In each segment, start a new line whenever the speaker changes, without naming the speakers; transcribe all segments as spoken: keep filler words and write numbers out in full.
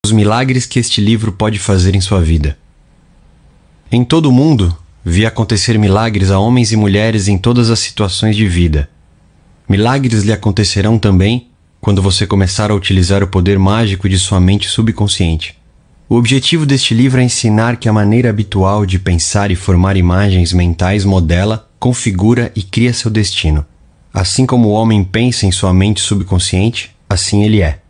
Os milagres que este livro pode fazer em sua vida. Em todo o mundo, vi acontecer milagres a homens e mulheres em todas as situações de vida. Milagres lhe acontecerão também quando você começar a utilizar o poder mágico de sua mente subconsciente. O objetivo deste livro é ensinar que a maneira habitual de pensar e formar imagens mentais modela, configura e cria seu destino. Assim como o homem pensa em sua mente subconsciente, assim ele é.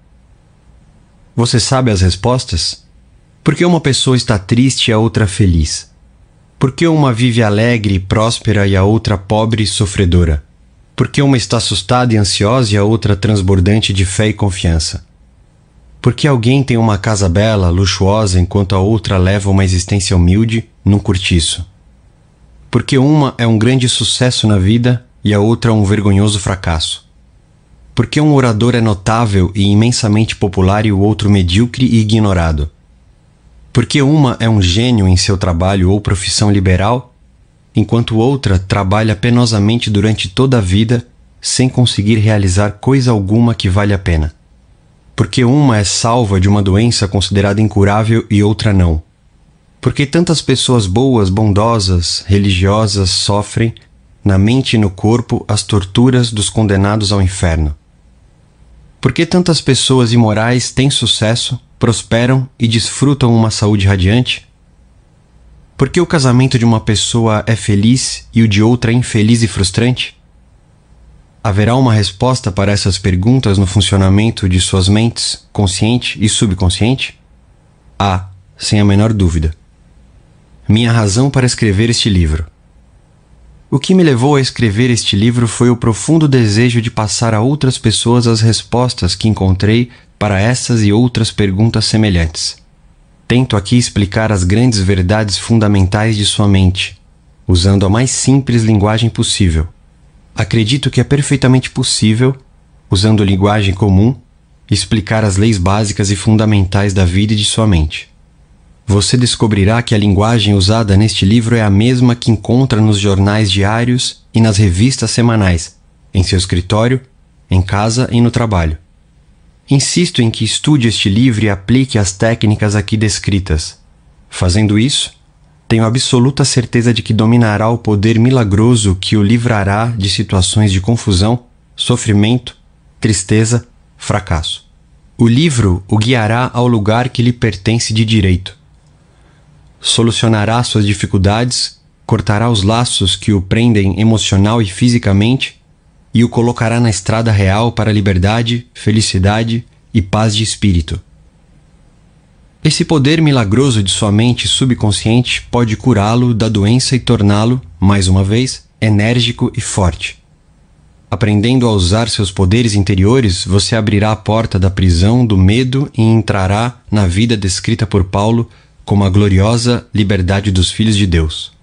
Você sabe as respostas? Por que uma pessoa está triste e a outra feliz? Por que uma vive alegre e próspera e a outra pobre e sofredora? Por que uma está assustada e ansiosa e a outra transbordante de fé e confiança? Por que alguém tem uma casa bela, luxuosa, enquanto a outra leva uma existência humilde num cortiço? Por que uma é um grande sucesso na vida e a outra um vergonhoso fracasso? Por que um orador é notável e imensamente popular e o outro medíocre e ignorado? Por que uma é um gênio em seu trabalho ou profissão liberal, enquanto outra trabalha penosamente durante toda a vida sem conseguir realizar coisa alguma que vale a pena? Por que uma é salva de uma doença considerada incurável e outra não? Por que tantas pessoas boas, bondosas, religiosas sofrem, na mente e no corpo, as torturas dos condenados ao inferno? Por que tantas pessoas imorais têm sucesso, prosperam e desfrutam uma saúde radiante? Por que o casamento de uma pessoa é feliz e o de outra é infeliz e frustrante? Haverá uma resposta para essas perguntas no funcionamento de suas mentes, consciente e subconsciente? Há, sem a menor dúvida. Minha razão para escrever este livro. O que me levou a escrever este livro foi o profundo desejo de passar a outras pessoas as respostas que encontrei para essas e outras perguntas semelhantes. Tento aqui explicar as grandes verdades fundamentais de sua mente, usando a mais simples linguagem possível. Acredito que é perfeitamente possível, usando linguagem comum, explicar as leis básicas e fundamentais da vida e de sua mente. Você descobrirá que a linguagem usada neste livro é a mesma que encontra nos jornais diários e nas revistas semanais, em seu escritório, em casa e no trabalho. Insisto em que estude este livro e aplique as técnicas aqui descritas. Fazendo isso, tenho absoluta certeza de que dominará o poder milagroso que o livrará de situações de confusão, sofrimento, tristeza, fracasso. O livro o guiará ao lugar que lhe pertence de direito. Solucionará suas dificuldades, cortará os laços que o prendem emocional e fisicamente e o colocará na estrada real para a liberdade, felicidade e paz de espírito. Esse poder milagroso de sua mente subconsciente pode curá-lo da doença e torná-lo, mais uma vez, enérgico e forte. Aprendendo a usar seus poderes interiores, você abrirá a porta da prisão do medo e entrará na vida descrita por Paulo como a gloriosa liberdade dos filhos de Deus.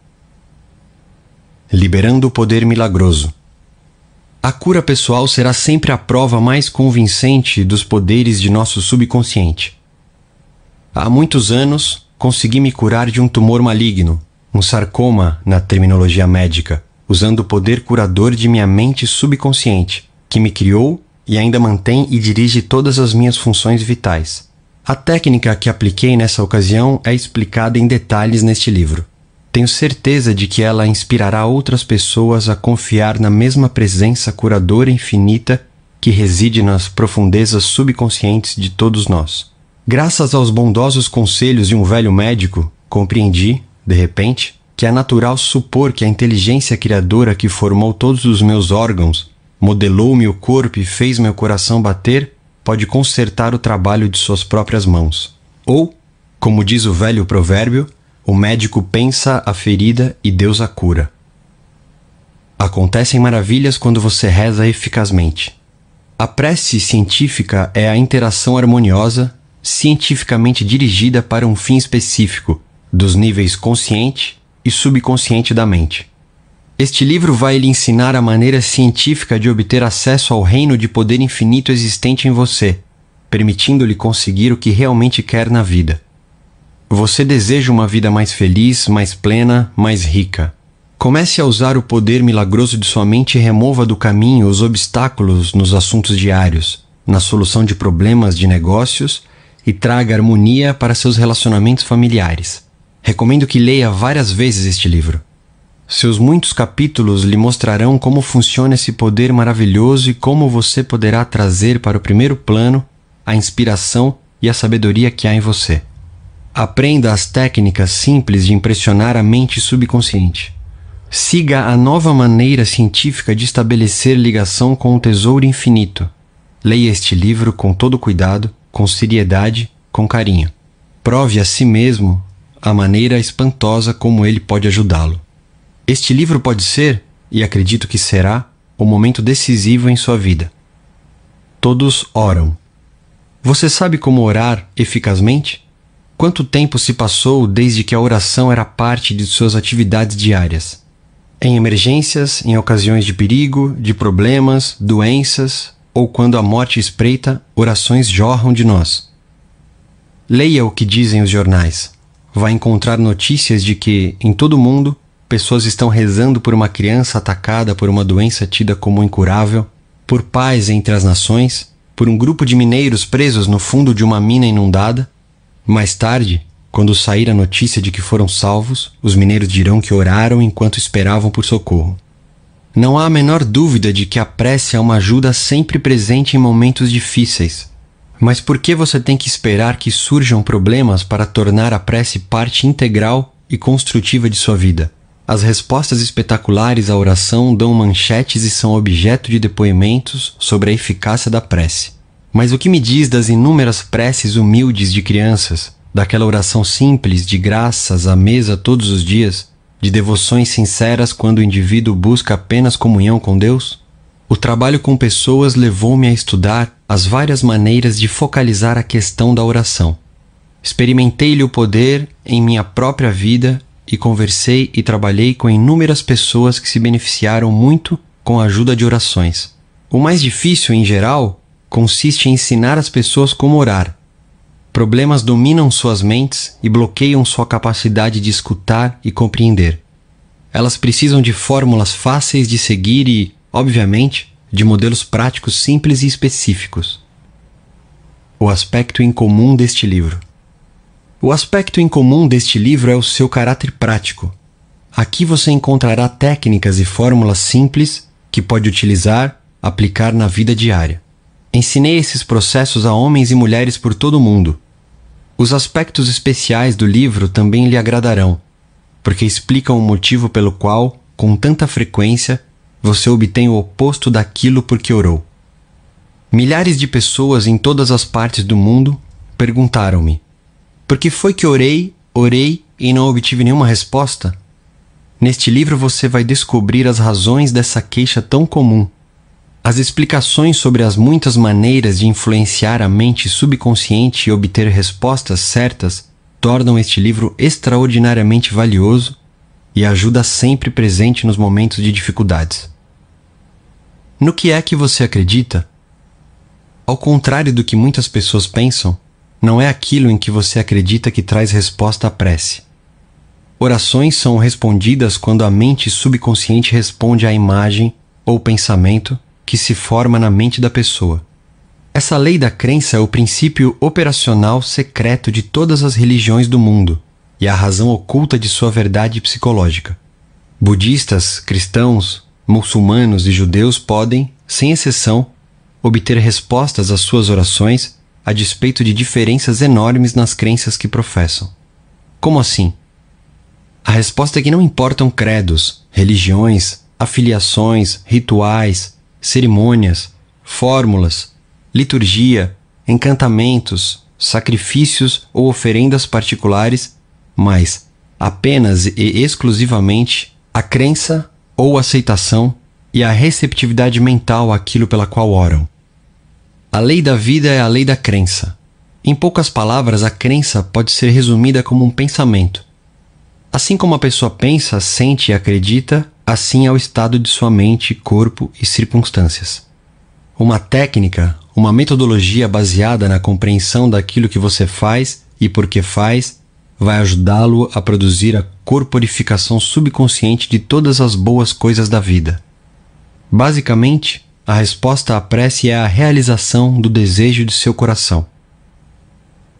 Liberando o poder milagroso. A cura pessoal será sempre a prova mais convincente dos poderes de nosso subconsciente. Há muitos anos, consegui me curar de um tumor maligno, um sarcoma na terminologia médica, usando o poder curador de minha mente subconsciente, que me criou e ainda mantém e dirige todas as minhas funções vitais. A técnica que apliquei nessa ocasião é explicada em detalhes neste livro. Tenho certeza de que ela inspirará outras pessoas a confiar na mesma presença curadora infinita que reside nas profundezas subconscientes de todos nós. Graças aos bondosos conselhos de um velho médico, compreendi, de repente, que é natural supor que a inteligência criadora que formou todos os meus órgãos, modelou meu corpo e fez meu coração bater, pode consertar o trabalho de suas próprias mãos. Ou, como diz o velho provérbio, o médico pensa a ferida e Deus a cura. Acontecem maravilhas quando você reza eficazmente. A prece científica é a interação harmoniosa, cientificamente dirigida para um fim específico, dos níveis consciente e subconsciente da mente. Este livro vai lhe ensinar a maneira científica de obter acesso ao reino de poder infinito existente em você, permitindo-lhe conseguir o que realmente quer na vida. Você deseja uma vida mais feliz, mais plena, mais rica. Comece a usar o poder milagroso de sua mente e remova do caminho os obstáculos nos assuntos diários, na solução de problemas de negócios e traga harmonia para seus relacionamentos familiares. Recomendo que leia várias vezes este livro. Seus muitos capítulos lhe mostrarão como funciona esse poder maravilhoso e como você poderá trazer para o primeiro plano a inspiração e a sabedoria que há em você. Aprenda as técnicas simples de impressionar a mente subconsciente. Siga a nova maneira científica de estabelecer ligação com o tesouro infinito. Leia este livro com todo cuidado, com seriedade, com carinho. Prove a si mesmo a maneira espantosa como ele pode ajudá-lo. Este livro pode ser, e acredito que será, o momento decisivo em sua vida. Todos oram. Você sabe como orar eficazmente? Quanto tempo se passou desde que a oração era parte de suas atividades diárias? Em emergências, em ocasiões de perigo, de problemas, doenças, ou quando a morte espreita, orações jorram de nós. Leia o que dizem os jornais. Vai encontrar notícias de que, em todo o mundo, pessoas estão rezando por uma criança atacada por uma doença tida como incurável, por paz entre as nações, por um grupo de mineiros presos no fundo de uma mina inundada. Mais tarde, quando sair a notícia de que foram salvos, os mineiros dirão que oraram enquanto esperavam por socorro. Não há a menor dúvida de que a prece é uma ajuda sempre presente em momentos difíceis. Mas por que você tem que esperar que surjam problemas para tornar a prece parte integral e construtiva de sua vida? As respostas espetaculares à oração dão manchetes e são objeto de depoimentos sobre a eficácia da prece. Mas o que me diz das inúmeras preces humildes de crianças, daquela oração simples de graças à mesa todos os dias, de devoções sinceras quando o indivíduo busca apenas comunhão com Deus? O trabalho com pessoas levou-me a estudar as várias maneiras de focalizar a questão da oração. Experimentei-lhe o poder em minha própria vida e conversei e trabalhei com inúmeras pessoas que se beneficiaram muito com a ajuda de orações. O mais difícil, em geral, consiste em ensinar as pessoas como orar. Problemas dominam suas mentes e bloqueiam sua capacidade de escutar e compreender. Elas precisam de fórmulas fáceis de seguir e, obviamente, de modelos práticos simples e específicos. O aspecto incomum deste livro. O aspecto incomum deste livro é o seu caráter prático. Aqui você encontrará técnicas e fórmulas simples que pode utilizar, aplicar na vida diária. Ensinei esses processos a homens e mulheres por todo o mundo. Os aspectos especiais do livro também lhe agradarão, porque explicam o motivo pelo qual, com tanta frequência, você obtém o oposto daquilo por que orou. Milhares de pessoas em todas as partes do mundo perguntaram-me: por que foi que orei, orei e não obtive nenhuma resposta? Neste livro você vai descobrir as razões dessa queixa tão comum. As explicações sobre as muitas maneiras de influenciar a mente subconsciente e obter respostas certas tornam este livro extraordinariamente valioso e ajuda sempre presente nos momentos de dificuldades. No que é que você acredita? Ao contrário do que muitas pessoas pensam, não é aquilo em que você acredita que traz resposta à prece. Orações são respondidas quando a mente subconsciente responde à imagem ou pensamento que se forma na mente da pessoa. Essa lei da crença é o princípio operacional secreto de todas as religiões do mundo e a razão oculta de sua verdade psicológica. Budistas, cristãos, muçulmanos e judeus podem, sem exceção, obter respostas às suas orações a despeito de diferenças enormes nas crenças que professam. Como assim? A resposta é que não importam credos, religiões, afiliações, rituais, cerimônias, fórmulas, liturgia, encantamentos, sacrifícios ou oferendas particulares, mas apenas e exclusivamente a crença ou aceitação e a receptividade mental àquilo pela qual oram. A lei da vida é a lei da crença. Em poucas palavras, a crença pode ser resumida como um pensamento. Assim como a pessoa pensa, sente e acredita, assim é o estado de sua mente, corpo e circunstâncias. Uma técnica, uma metodologia baseada na compreensão daquilo que você faz e por que faz, vai ajudá-lo a produzir a corporificação subconsciente de todas as boas coisas da vida. Basicamente, a resposta à prece é a realização do desejo de seu coração.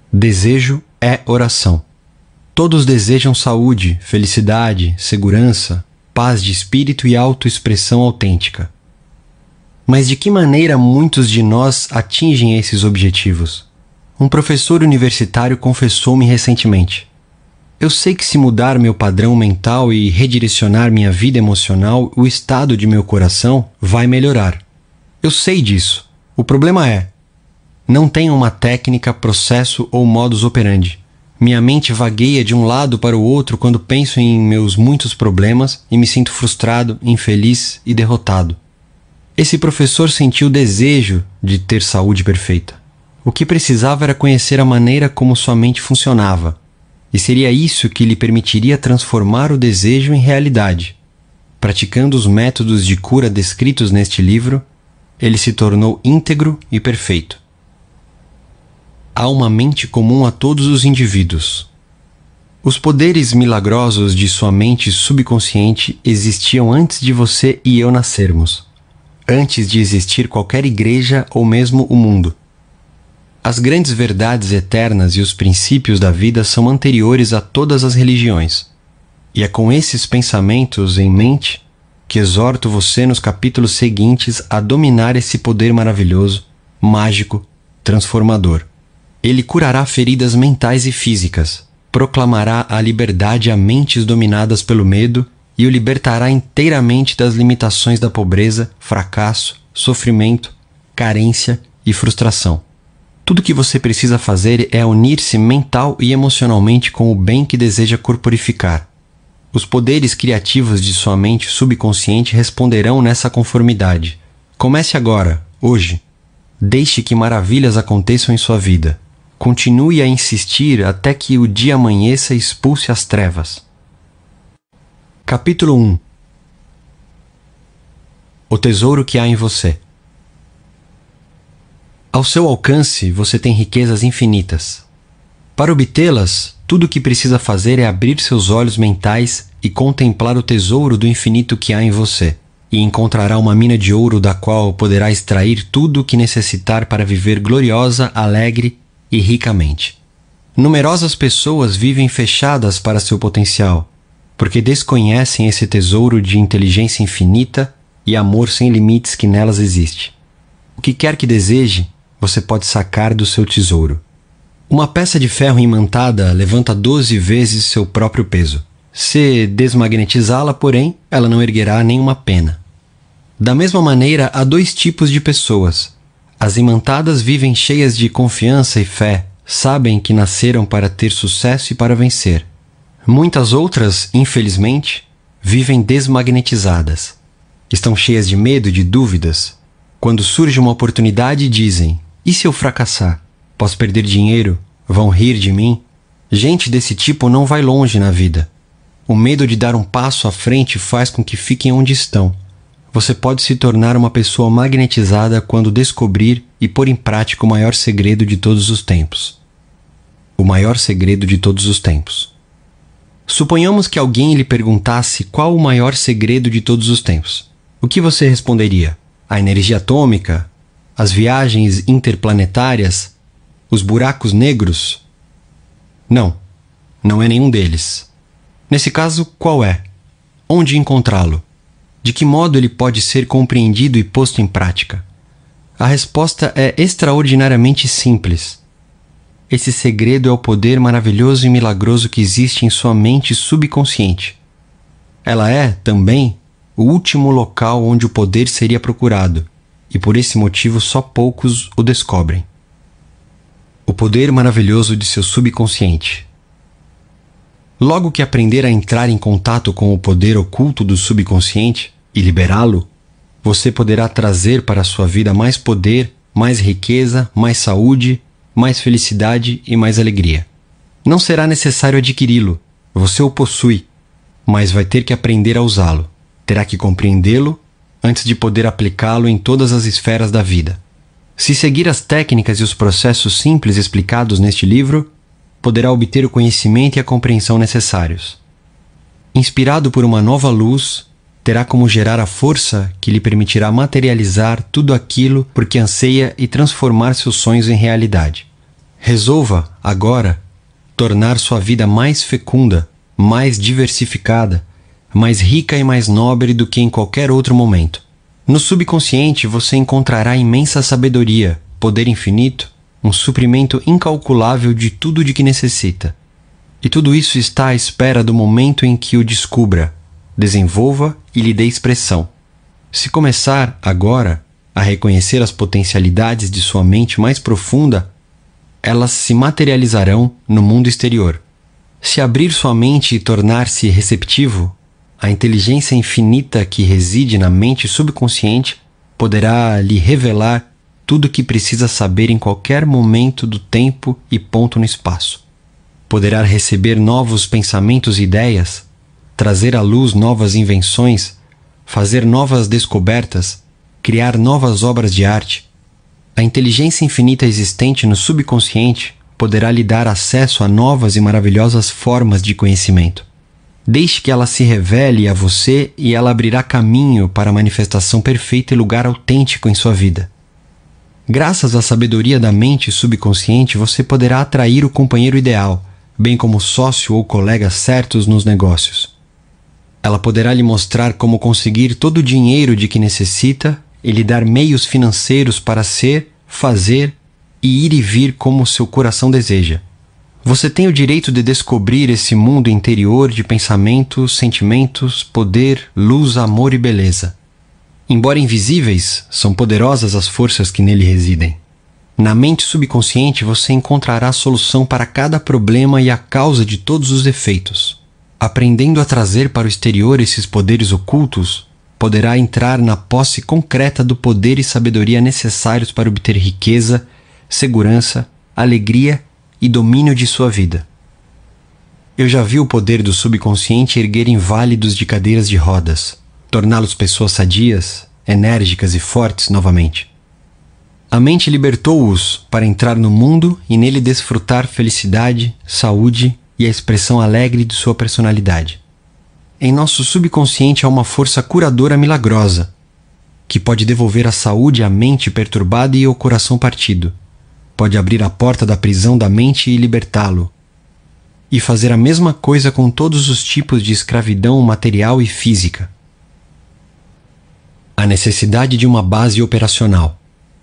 Desejo é oração. Todos desejam saúde, felicidade, segurança, paz de espírito e autoexpressão autêntica. Mas de que maneira muitos de nós atingem esses objetivos? Um professor universitário confessou-me recentemente: eu sei que se mudar meu padrão mental e redirecionar minha vida emocional, o estado de meu coração vai melhorar. Eu sei disso. O problema é, não tenho uma técnica, processo ou modus operandi. Minha mente vagueia de um lado para o outro quando penso em meus muitos problemas e me sinto frustrado, infeliz e derrotado. Esse professor sentiu o desejo de ter saúde perfeita. O que precisava era conhecer a maneira como sua mente funcionava. E seria isso que lhe permitiria transformar o desejo em realidade. Praticando os métodos de cura descritos neste livro, ele se tornou íntegro e perfeito. Há uma mente comum a todos os indivíduos. Os poderes milagrosos de sua mente subconsciente existiam antes de você e eu nascermos, antes de existir qualquer igreja ou mesmo o mundo. As grandes verdades eternas e os princípios da vida são anteriores a todas as religiões. E é com esses pensamentos em mente que exorto você nos capítulos seguintes a dominar esse poder maravilhoso, mágico, transformador. Ele curará feridas mentais e físicas, proclamará a liberdade a mentes dominadas pelo medo e o libertará inteiramente das limitações da pobreza, fracasso, sofrimento, carência e frustração. Tudo o que você precisa fazer é unir-se mental e emocionalmente com o bem que deseja corporificar. Os poderes criativos de sua mente subconsciente responderão nessa conformidade. Comece agora, hoje. Deixe que maravilhas aconteçam em sua vida. Continue a insistir até que o dia amanheça e expulse as trevas. Capítulo um. O tesouro que há em você. Ao seu alcance, você tem riquezas infinitas. Para obtê-las, tudo o que precisa fazer é abrir seus olhos mentais e contemplar o tesouro do infinito que há em você, e encontrará uma mina de ouro da qual poderá extrair tudo o que necessitar para viver gloriosa, alegre e ricamente. Numerosas pessoas vivem fechadas para seu potencial, porque desconhecem esse tesouro de inteligência infinita e amor sem limites que nelas existe. O que quer que deseje, você pode sacar do seu tesouro. Uma peça de ferro imantada levanta doze vezes seu próprio peso. Se desmagnetizá-la, porém, ela não erguerá nenhuma pena. Da mesma maneira, há dois tipos de pessoas. As imantadas vivem cheias de confiança e fé, sabem que nasceram para ter sucesso e para vencer. Muitas outras, infelizmente, vivem desmagnetizadas. Estão cheias de medo e de dúvidas. Quando surge uma oportunidade, dizem: e se eu fracassar? Posso perder dinheiro? Vão rir de mim? Gente desse tipo não vai longe na vida. O medo de dar um passo à frente faz com que fiquem onde estão. Você pode se tornar uma pessoa magnetizada quando descobrir e pôr em prática o maior segredo de todos os tempos. O maior segredo de todos os tempos. Suponhamos que alguém lhe perguntasse qual o maior segredo de todos os tempos. O que você responderia? A energia atômica? As viagens interplanetárias? Os buracos negros? Não, não é nenhum deles. Nesse caso, qual é? Onde encontrá-lo? De que modo ele pode ser compreendido e posto em prática? A resposta é extraordinariamente simples. Esse segredo é o poder maravilhoso e milagroso que existe em sua mente subconsciente. Ela é, também, o último local onde o poder seria procurado, e por esse motivo só poucos o descobrem. O poder maravilhoso de seu subconsciente. Logo que aprender a entrar em contato com o poder oculto do subconsciente e liberá-lo, você poderá trazer para a sua vida mais poder, mais riqueza, mais saúde, mais felicidade e mais alegria. Não será necessário adquiri-lo, você o possui, mas vai ter que aprender a usá-lo. Terá que compreendê-lo antes de poder aplicá-lo em todas as esferas da vida. Se seguir as técnicas e os processos simples explicados neste livro, poderá obter o conhecimento e a compreensão necessários. Inspirado por uma nova luz, terá como gerar a força que lhe permitirá materializar tudo aquilo por que anseia e transformar seus sonhos em realidade. Resolva, agora, tornar sua vida mais fecunda, mais diversificada, mais rica e mais nobre do que em qualquer outro momento. No subconsciente você encontrará imensa sabedoria, poder infinito, um suprimento incalculável de tudo de que necessita. E tudo isso está à espera do momento em que o descubra, desenvolva e lhe dê expressão. Se começar, agora, a reconhecer as potencialidades de sua mente mais profunda, elas se materializarão no mundo exterior. Se abrir sua mente e tornar-se receptivo, a inteligência infinita que reside na mente subconsciente poderá lhe revelar tudo o que precisa saber em qualquer momento do tempo e ponto no espaço. Poderá receber novos pensamentos e ideias, trazer à luz novas invenções, fazer novas descobertas, criar novas obras de arte. A inteligência infinita existente no subconsciente poderá lhe dar acesso a novas e maravilhosas formas de conhecimento. Deixe que ela se revele a você e ela abrirá caminho para a manifestação perfeita e lugar autêntico em sua vida. Graças à sabedoria da mente subconsciente, você poderá atrair o companheiro ideal, bem como sócio ou colega certos nos negócios. Ela poderá lhe mostrar como conseguir todo o dinheiro de que necessita e lhe dar meios financeiros para ser, fazer e ir e vir como seu coração deseja. Você tem o direito de descobrir esse mundo interior de pensamentos, sentimentos, poder, luz, amor e beleza. Embora invisíveis, são poderosas as forças que nele residem. Na mente subconsciente você encontrará a solução para cada problema e a causa de todos os efeitos. Aprendendo a trazer para o exterior esses poderes ocultos, poderá entrar na posse concreta do poder e sabedoria necessários para obter riqueza, segurança, alegria e domínio de sua vida. Eu já vi o poder do subconsciente erguer inválidos de cadeiras de rodas, torná-los pessoas sadias, enérgicas e fortes novamente. A mente libertou-os para entrar no mundo e nele desfrutar felicidade, saúde e a expressão alegre de sua personalidade. Em nosso subconsciente há uma força curadora milagrosa, que pode devolver a saúde à mente perturbada e ao coração partido. Pode abrir a porta da prisão da mente e libertá-lo. E fazer a mesma coisa com todos os tipos de escravidão material e física. A necessidade de uma base operacional.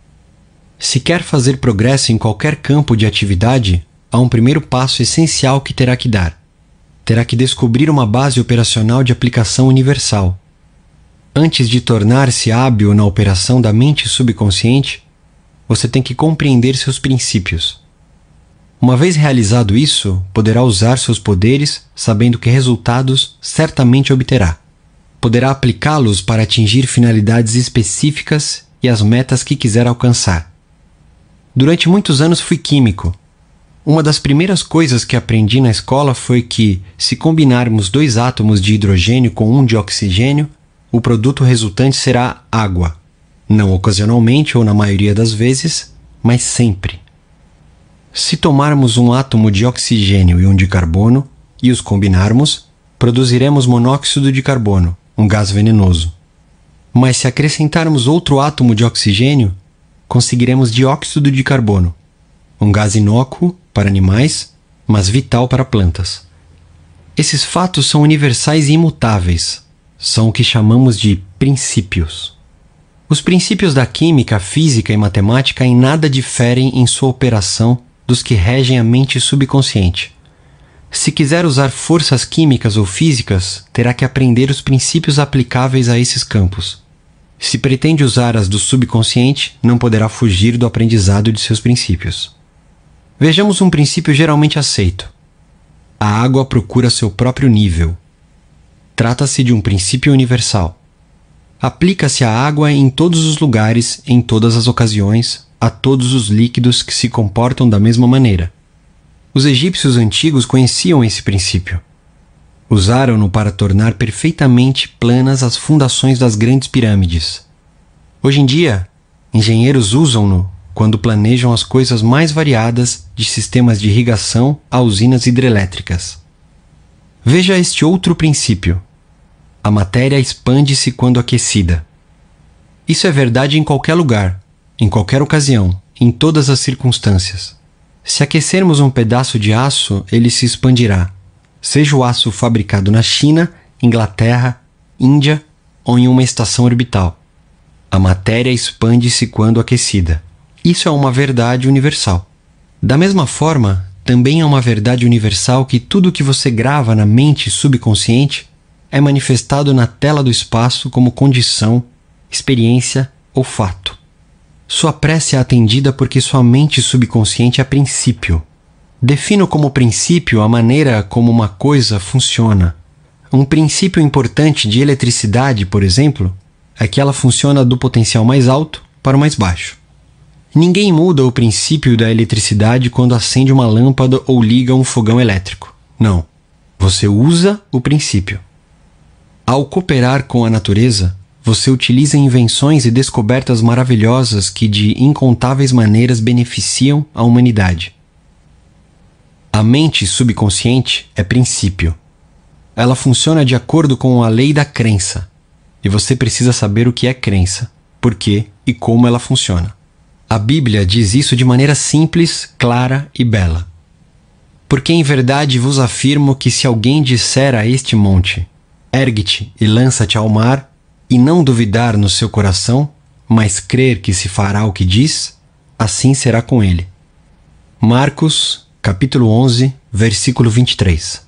Se quer fazer progresso em qualquer campo de atividade, há um primeiro passo essencial que terá que dar. Terá que descobrir uma base operacional de aplicação universal. Antes de tornar-se hábil na operação da mente subconsciente, você tem que compreender seus princípios. Uma vez realizado isso, poderá usar seus poderes, sabendo que resultados certamente obterá. Poderá aplicá-los para atingir finalidades específicas e as metas que quiser alcançar. Durante muitos anos fui químico. Uma das primeiras coisas que aprendi na escola foi que, se combinarmos dois átomos de hidrogênio com um de oxigênio, o produto resultante será água. Não ocasionalmente ou na maioria das vezes, mas sempre. Se tomarmos um átomo de oxigênio e um de carbono e os combinarmos, produziremos monóxido de carbono, um gás venenoso. Mas se acrescentarmos outro átomo de oxigênio, conseguiremos dióxido de carbono, um gás inócuo para animais, mas vital para plantas. Esses fatos são universais e imutáveis. São o que chamamos de princípios. Os princípios da química, física e matemática em nada diferem em sua operação dos que regem a mente subconsciente. Se quiser usar forças químicas ou físicas, terá que aprender os princípios aplicáveis a esses campos. Se pretende usar as do subconsciente, não poderá fugir do aprendizado de seus princípios. Vejamos um princípio geralmente aceito. A água procura seu próprio nível. Trata-se de um princípio universal. Aplica-se a água em todos os lugares, em todas as ocasiões, a todos os líquidos que se comportam da mesma maneira. Os egípcios antigos conheciam esse princípio. Usaram-no para tornar perfeitamente planas as fundações das grandes pirâmides. Hoje em dia, engenheiros usam-no quando planejam as coisas mais variadas, de sistemas de irrigação a usinas hidrelétricas. Veja este outro princípio. A matéria expande-se quando aquecida. Isso é verdade em qualquer lugar, em qualquer ocasião, em todas as circunstâncias. Se aquecermos um pedaço de aço, ele se expandirá, seja o aço fabricado na China, Inglaterra, Índia ou em uma estação orbital. A matéria expande-se quando aquecida. Isso é uma verdade universal. Da mesma forma, também é uma verdade universal que tudo o que você grava na mente subconsciente é manifestado na tela do espaço como condição, experiência ou fato. Sua prece é atendida porque sua mente subconsciente é princípio. Defino como princípio a maneira como uma coisa funciona. Um princípio importante de eletricidade, por exemplo, é que ela funciona do potencial mais alto para o mais baixo. Ninguém muda o princípio da eletricidade quando acende uma lâmpada ou liga um fogão elétrico. Não. Você usa o princípio. Ao cooperar com a natureza, você utiliza invenções e descobertas maravilhosas que de incontáveis maneiras beneficiam a humanidade. A mente subconsciente é princípio. Ela funciona de acordo com a lei da crença. E você precisa saber o que é crença, por quê e como ela funciona. A Bíblia diz isso de maneira simples, clara e bela. Porque em verdade vos afirmo que se alguém disser a este monte, ergue-te e lança-te ao mar, e não duvidar no seu coração, mas crer que se fará o que diz, assim será com ele. Marcos, capítulo onze, versículo vinte e três.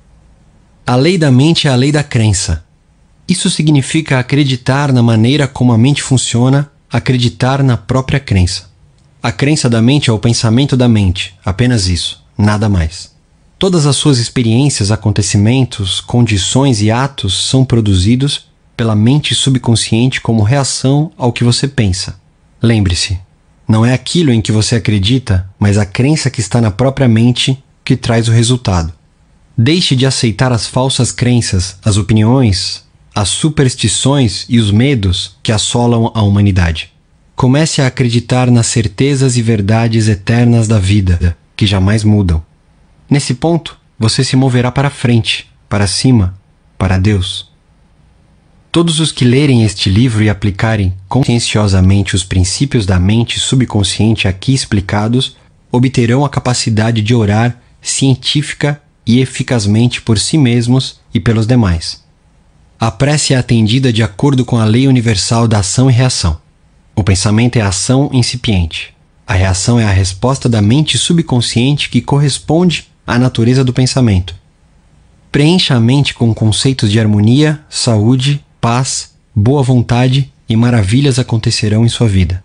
A lei da mente é a lei da crença. Isso significa acreditar na maneira como a mente funciona, acreditar na própria crença. A crença da mente é o pensamento da mente, apenas isso, nada mais. Todas as suas experiências, acontecimentos, condições e atos são produzidos pela mente subconsciente como reação ao que você pensa. Lembre-se, não é aquilo em que você acredita, mas a crença que está na própria mente que traz o resultado. Deixe de aceitar as falsas crenças, as opiniões, as superstições e os medos que assolam a humanidade. Comece a acreditar nas certezas e verdades eternas da vida, que jamais mudam. Nesse ponto, você se moverá para frente, para cima, para Deus. Todos os que lerem este livro e aplicarem conscienciosamente os princípios da mente subconsciente aqui explicados, obterão a capacidade de orar científica e eficazmente por si mesmos e pelos demais. A prece é atendida de acordo com a lei universal da ação e reação. O pensamento é a ação incipiente. A reação é a resposta da mente subconsciente que corresponde à natureza do pensamento. Preencha a mente com conceitos de harmonia, saúde, paz, boa vontade e maravilhas acontecerão em sua vida.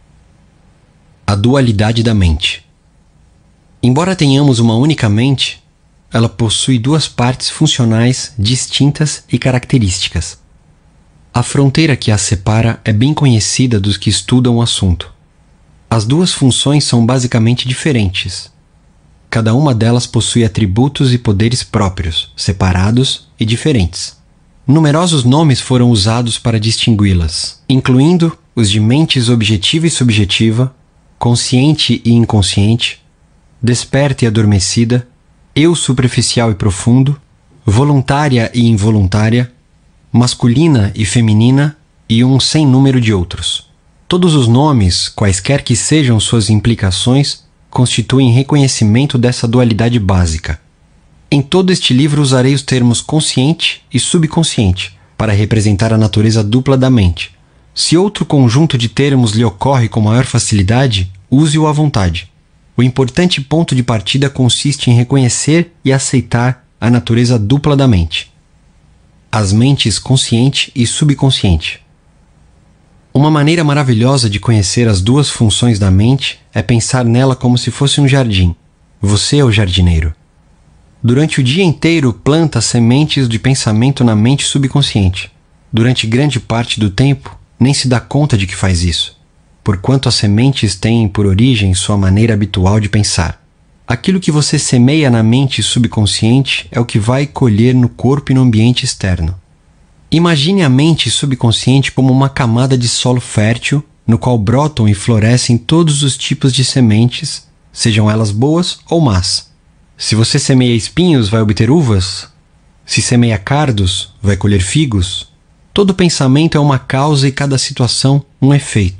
A dualidade da mente. Embora tenhamos uma única mente, ela possui duas partes funcionais distintas e características. A fronteira que as separa é bem conhecida dos que estudam o assunto. As duas funções são basicamente diferentes. Cada uma delas possui atributos e poderes próprios, separados e diferentes. Numerosos nomes foram usados para distingui-las, incluindo os de mentes objetiva e subjetiva, consciente e inconsciente, desperta e adormecida, eu superficial e profundo, voluntária e involuntária, masculina e feminina e um sem número de outros. Todos os nomes, quaisquer que sejam suas implicações, constituem reconhecimento dessa dualidade básica. Em todo este livro usarei os termos consciente e subconsciente para representar a natureza dupla da mente. Se outro conjunto de termos lhe ocorre com maior facilidade, use-o à vontade. O importante ponto de partida consiste em reconhecer e aceitar a natureza dupla da mente. As mentes consciente e subconsciente. Uma maneira maravilhosa de conhecer as duas funções da mente é pensar nela como se fosse um jardim. Você é o jardineiro. Durante o dia inteiro, planta sementes de pensamento na mente subconsciente. Durante grande parte do tempo, nem se dá conta de que faz isso, porquanto as sementes têm por origem sua maneira habitual de pensar. Aquilo que você semeia na mente subconsciente é o que vai colher no corpo e no ambiente externo. Imagine a mente subconsciente como uma camada de solo fértil, no qual brotam e florescem todos os tipos de sementes, sejam elas boas ou más. Se você semeia espinhos, vai obter uvas. Se semeia cardos, vai colher figos. Todo pensamento é uma causa e cada situação um efeito.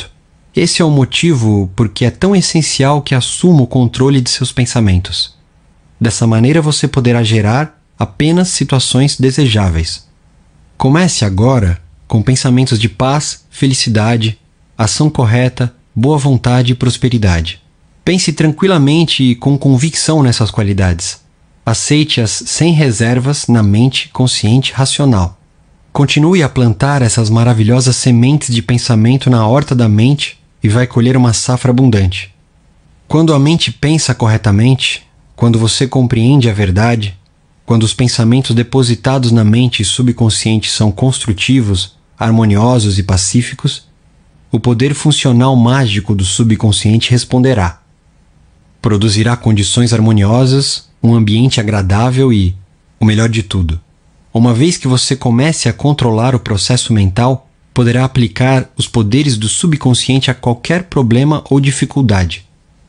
Esse é o motivo por que é tão essencial que assuma o controle de seus pensamentos. Dessa maneira você poderá gerar apenas situações desejáveis. Comece agora com pensamentos de paz, felicidade, ação correta, boa vontade e prosperidade. Pense tranquilamente e com convicção nessas qualidades. Aceite-as sem reservas na mente consciente racional. Continue a plantar essas maravilhosas sementes de pensamento na horta da mente e vai colher uma safra abundante. Quando a mente pensa corretamente, quando você compreende a verdade, quando os pensamentos depositados na mente subconsciente são construtivos, harmoniosos e pacíficos, o poder funcional mágico do subconsciente responderá. Produzirá condições harmoniosas, um ambiente agradável e, o melhor de tudo, uma vez que você comece a controlar o processo mental, poderá aplicar os poderes do subconsciente a qualquer problema ou dificuldade.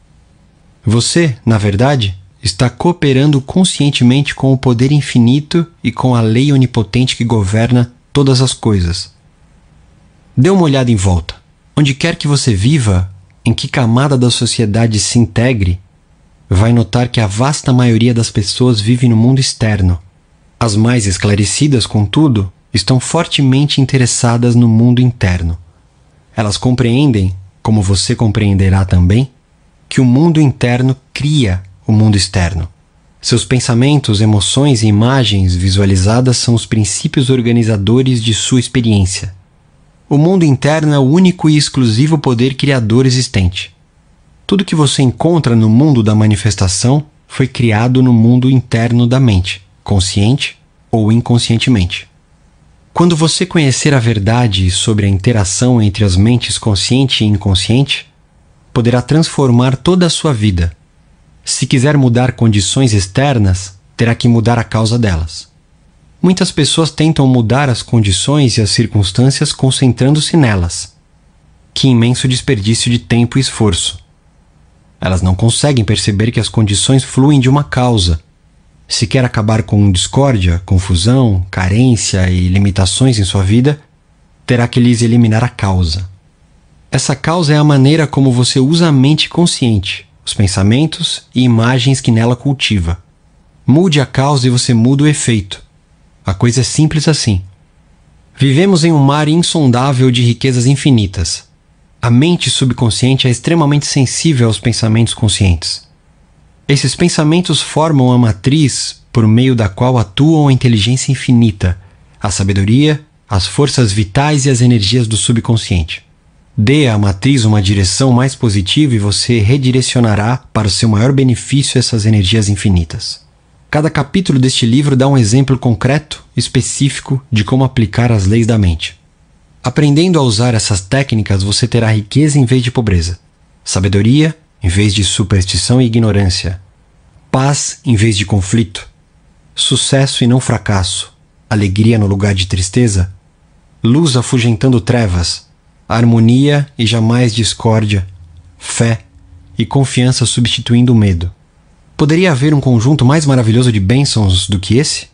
Você, na verdade, está cooperando conscientemente com o poder infinito e com a lei onipotente que governa todas as coisas. Dê uma olhada em volta. Onde quer que você viva, em que camada da sociedade se integre, vai notar que a vasta maioria das pessoas vive no mundo externo. As mais esclarecidas, contudo, estão fortemente interessadas no mundo interno. Elas compreendem, como você compreenderá também, que o mundo interno cria o mundo externo. Seus pensamentos, emoções e imagens visualizadas são os princípios organizadores de sua experiência. O mundo interno é o único e exclusivo poder criador existente. Tudo que você encontra no mundo da manifestação foi criado no mundo interno da mente, consciente ou inconscientemente. Quando você conhecer a verdade sobre a interação entre as mentes consciente e inconsciente, poderá transformar toda a sua vida. Se quiser mudar condições externas, terá que mudar a causa delas. Muitas pessoas tentam mudar as condições e as circunstâncias concentrando-se nelas. Que imenso desperdício de tempo e esforço! Elas não conseguem perceber que as condições fluem de uma causa. Se quer acabar com discórdia, confusão, carência e limitações em sua vida, terá que lhes eliminar a causa. Essa causa é a maneira como você usa a mente consciente, os pensamentos e imagens que nela cultiva. Mude a causa e você muda o efeito. A coisa é simples assim. Vivemos em um mar insondável de riquezas infinitas. A mente subconsciente é extremamente sensível aos pensamentos conscientes. Esses pensamentos formam a matriz por meio da qual atuam a inteligência infinita, a sabedoria, as forças vitais e as energias do subconsciente. Dê à matriz uma direção mais positiva e você redirecionará para o seu maior benefício essas energias infinitas. Cada capítulo deste livro dá um exemplo concreto, específico, de como aplicar as leis da mente. Aprendendo a usar essas técnicas, você terá riqueza em vez de pobreza, sabedoria em vez de superstição e ignorância, paz em vez de conflito, sucesso e não fracasso, alegria no lugar de tristeza, luz afugentando trevas, harmonia e jamais discórdia, fé e confiança substituindo o medo. Poderia haver um conjunto mais maravilhoso de bênçãos do que esse?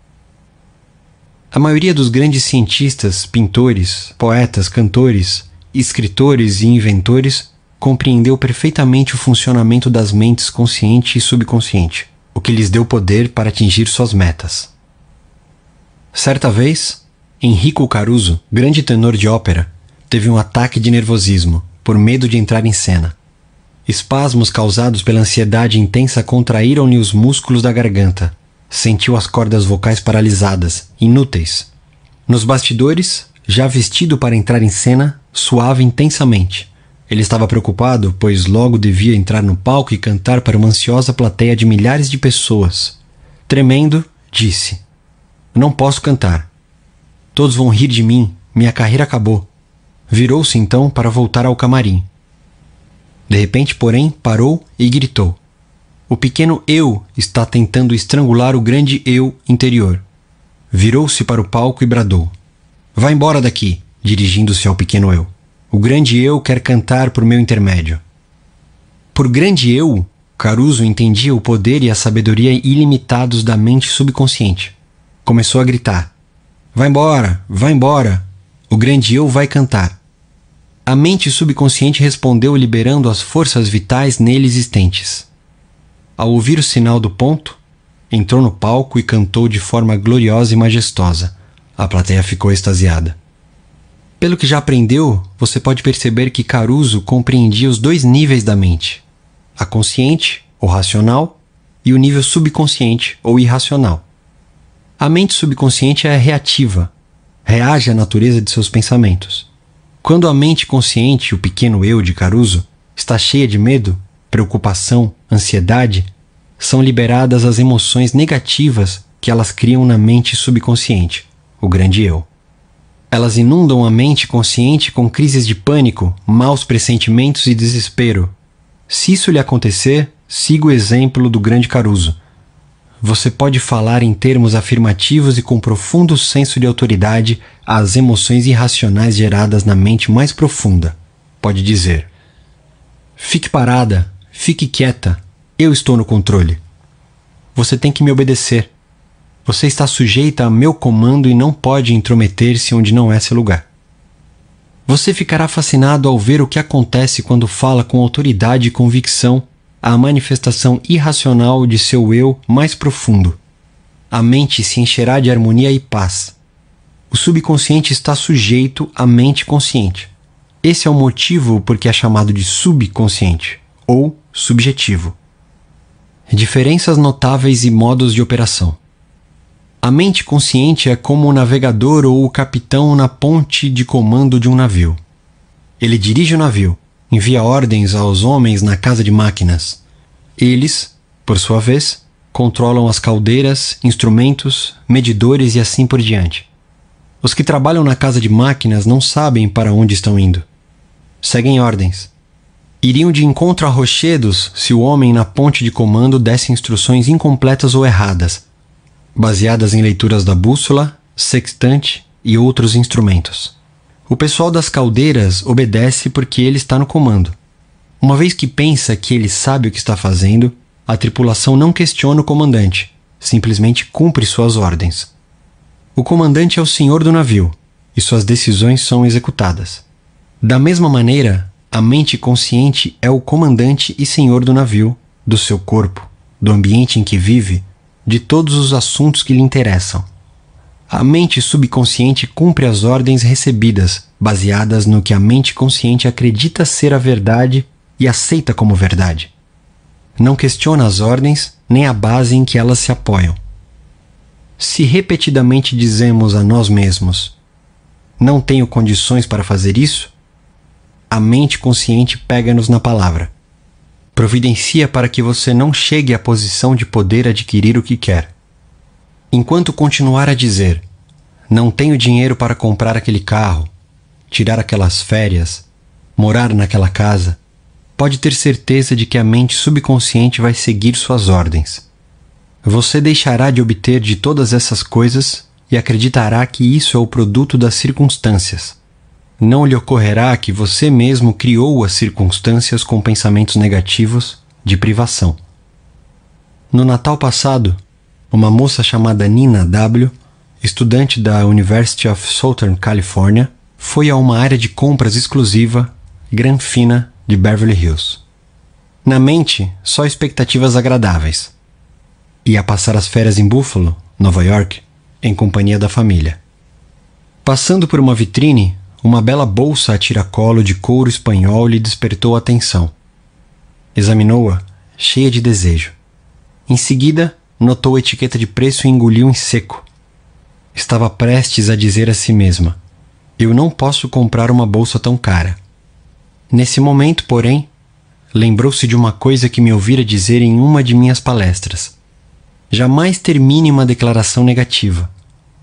A maioria dos grandes cientistas, pintores, poetas, cantores, escritores e inventores compreendeu perfeitamente o funcionamento das mentes consciente e subconsciente, o que lhes deu poder para atingir suas metas. Certa vez, Enrico Caruso, grande tenor de ópera, teve um ataque de nervosismo, por medo de entrar em cena. Espasmos causados pela ansiedade intensa contraíram-lhe os músculos da garganta. Sentiu as cordas vocais paralisadas, inúteis. Nos bastidores, já vestido para entrar em cena, suava intensamente. Ele estava preocupado, pois logo devia entrar no palco e cantar para uma ansiosa plateia de milhares de pessoas. Tremendo, disse: "Não posso cantar. Todos vão rir de mim, minha carreira acabou." Virou-se então para voltar ao camarim. De repente, porém, parou e gritou: "O pequeno eu está tentando estrangular o grande eu interior." Virou-se para o palco e bradou: "Vá embora daqui", dirigindo-se ao pequeno eu. "O grande eu quer cantar por meu intermédio." Por grande eu, Caruso entendia o poder e a sabedoria ilimitados da mente subconsciente. Começou a gritar: "Vá embora, vá embora. O grande eu vai cantar." A mente subconsciente respondeu liberando as forças vitais nele existentes. Ao ouvir o sinal do ponto, entrou no palco e cantou de forma gloriosa e majestosa. A plateia ficou extasiada. Pelo que já aprendeu, você pode perceber que Caruso compreendia os dois níveis da mente: a consciente, ou racional, e o nível subconsciente, ou irracional. A mente subconsciente é reativa, reage à natureza de seus pensamentos. Quando a mente consciente, o pequeno eu de Caruso, está cheia de medo, preocupação, ansiedade, são liberadas as emoções negativas que elas criam na mente subconsciente, o grande eu. Elas inundam a mente consciente com crises de pânico, maus pressentimentos e desespero. Se isso lhe acontecer, siga o exemplo do grande Caruso. Você pode falar em termos afirmativos e com profundo senso de autoridade às emoções irracionais geradas na mente mais profunda. Pode dizer: fique parada, fique quieta, eu estou no controle. Você tem que me obedecer. Você está sujeita a meu comando e não pode intrometer-se onde não é seu lugar. Você ficará fascinado ao ver o que acontece quando fala com autoridade e convicção a manifestação irracional de seu eu mais profundo. A mente se encherá de harmonia e paz. O subconsciente está sujeito à mente consciente. Esse é o motivo por que é chamado de subconsciente, ou subjetivo. Diferenças notáveis e modos de operação. A mente consciente é como o navegador ou o capitão na ponte de comando de um navio. Ele dirige o navio, envia ordens aos homens na casa de máquinas. Eles, por sua vez, controlam as caldeiras, instrumentos, medidores e assim por diante. Os que trabalham na casa de máquinas não sabem para onde estão indo. Seguem ordens. Iriam de encontro a rochedos se o homem na ponte de comando desse instruções incompletas ou erradas, baseadas em leituras da bússola, sextante e outros instrumentos. O pessoal das caldeiras obedece porque ele está no comando. Uma vez que pensa que ele sabe o que está fazendo, a tripulação não questiona o comandante, simplesmente cumpre suas ordens. O comandante é o senhor do navio, e suas decisões são executadas. Da mesma maneira, a mente consciente é o comandante e senhor do navio, do seu corpo, do ambiente em que vive, de todos os assuntos que lhe interessam. A mente subconsciente cumpre as ordens recebidas, baseadas no que a mente consciente acredita ser a verdade e aceita como verdade. Não questiona as ordens nem a base em que elas se apoiam. Se repetidamente dizemos a nós mesmos: não tenho condições para fazer isso, a mente consciente pega-nos na palavra. Providencia para que você não chegue à posição de poder adquirir o que quer. Enquanto continuar a dizer: não tenho dinheiro para comprar aquele carro, tirar aquelas férias, morar naquela casa, pode ter certeza de que a mente subconsciente vai seguir suas ordens. Você deixará de obter de todas essas coisas e acreditará que isso é o produto das circunstâncias. Não lhe ocorrerá que você mesmo criou as circunstâncias com pensamentos negativos de privação. No Natal passado, uma moça chamada Nina W., estudante da University of Southern California, foi a uma área de compras exclusiva, Granfina, de Beverly Hills. Na mente, só expectativas agradáveis. Ia passar as férias em Buffalo, Nova York, em companhia da família. Passando por uma vitrine, uma bela bolsa a tiracolo de couro espanhol lhe despertou a atenção. Examinou-a, cheia de desejo. Em seguida, notou a etiqueta de preço e engoliu em seco. Estava prestes a dizer a si mesma: eu não posso comprar uma bolsa tão cara. Nesse momento, porém, lembrou-se de uma coisa que me ouvira dizer em uma de minhas palestras: jamais termine uma declaração negativa.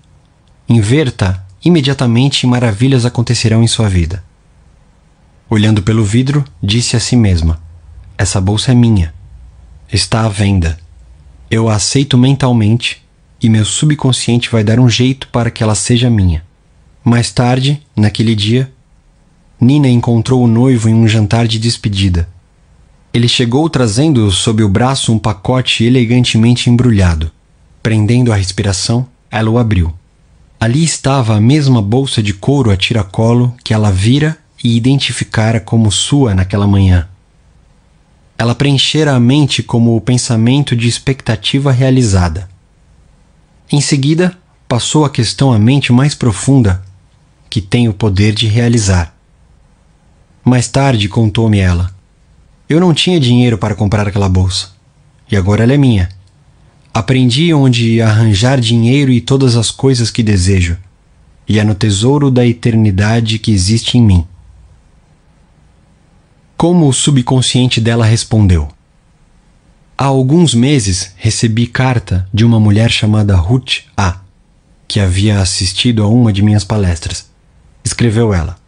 Inverta imediatamente e maravilhas acontecerão em sua vida. Olhando pelo vidro, disse a si mesma: essa bolsa é minha. Está à venda. Eu a aceito mentalmente e meu subconsciente vai dar um jeito para que ela seja minha. Mais tarde, naquele dia, Nina encontrou o noivo em um jantar de despedida. Ele chegou trazendo sob o braço um pacote elegantemente embrulhado. Prendendo a respiração, ela o abriu. Ali estava a mesma bolsa de couro a tiracolo que ela vira e identificara como sua naquela manhã. Ela preenchera a mente como o pensamento de expectativa realizada. Em seguida, passou a questão à mente mais profunda, que tem o poder de realizar. Mais tarde, contou-me ela, eu não tinha dinheiro para comprar aquela bolsa, e agora ela é minha. Aprendi onde arranjar dinheiro e todas as coisas que desejo, e é no tesouro da eternidade que existe em mim. Como o subconsciente dela respondeu? Há alguns meses recebi carta de uma mulher chamada Ruth A., que havia assistido a uma de minhas palestras. Escreveu ela.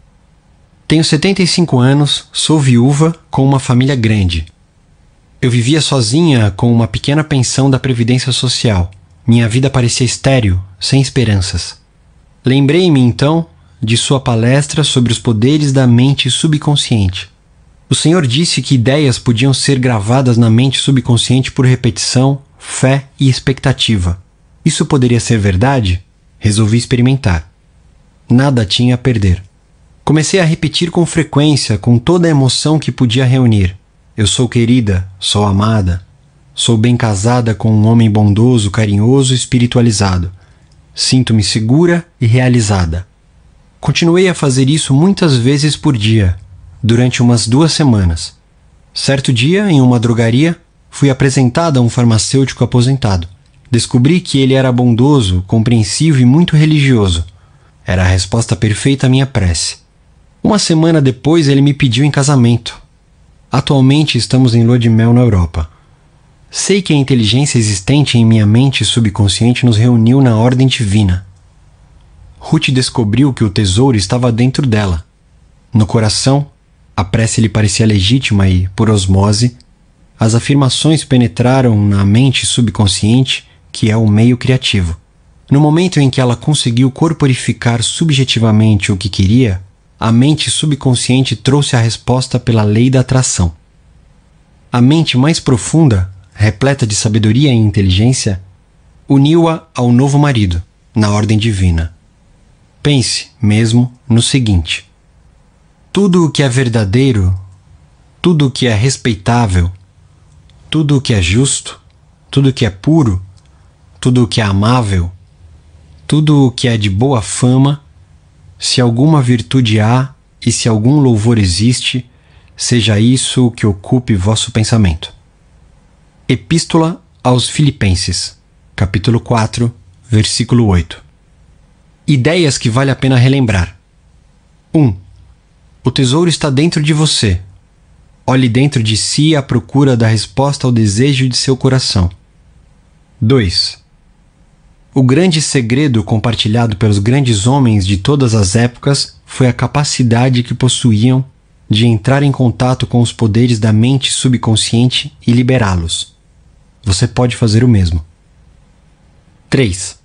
Tenho setenta e cinco anos, sou viúva com uma família grande. Eu vivia sozinha com uma pequena pensão da Previdência Social. Minha vida parecia estéril, sem esperanças. Lembrei-me, então, de sua palestra sobre os poderes da mente subconsciente. O senhor disse que ideias podiam ser gravadas na mente subconsciente por repetição, fé e expectativa. Isso poderia ser verdade? Resolvi experimentar. Nada tinha a perder. Comecei a repetir com frequência, com toda a emoção que podia reunir. Eu sou querida, sou amada, sou bem casada com um homem bondoso, carinhoso e espiritualizado. Sinto-me segura e realizada. Continuei a fazer isso muitas vezes por dia, durante umas duas semanas. Certo dia, em uma drogaria, fui apresentada a um farmacêutico aposentado. Descobri que ele era bondoso, compreensivo e muito religioso. Era a resposta perfeita à minha prece. Uma semana depois, ele me pediu em casamento. Atualmente estamos em lua de mel na Europa. Sei que a inteligência existente em minha mente subconsciente nos reuniu na ordem divina. Ruth descobriu que o tesouro estava dentro dela. No coração, a prece lhe parecia legítima e, por osmose, as afirmações penetraram na mente subconsciente, que é o meio criativo. No momento em que ela conseguiu corporificar subjetivamente o que queria, a mente subconsciente trouxe a resposta pela lei da atração. A mente mais profunda, repleta de sabedoria e inteligência, uniu-a ao novo marido, na ordem divina. Pense, mesmo, no seguinte: tudo o que é verdadeiro, tudo o que é respeitável, tudo o que é justo, tudo o que é puro, tudo o que é amável, tudo o que é de boa fama, se alguma virtude há e se algum louvor existe, seja isso o que ocupe vosso pensamento. Epístola aos Filipenses, capítulo quatro, versículo oito. Ideias que vale a pena relembrar. um. O tesouro está dentro de você. Olhe dentro de si à procura da resposta ao desejo de seu coração. dois. O grande segredo compartilhado pelos grandes homens de todas as épocas foi a capacidade que possuíam de entrar em contato com os poderes da mente subconsciente e liberá-los. Você pode fazer o mesmo. três.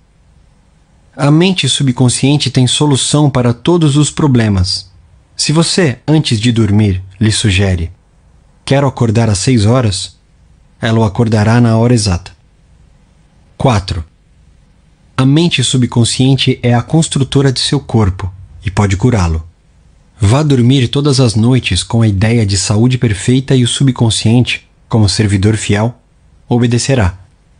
A mente subconsciente tem solução para todos os problemas. Se você, antes de dormir, lhe sugere: quero acordar às seis horas, ela o acordará na hora exata. quatro. A mente subconsciente é a construtora de seu corpo e pode curá-lo. Vá dormir todas as noites com a ideia de saúde perfeita e o subconsciente, como servidor fiel, obedecerá.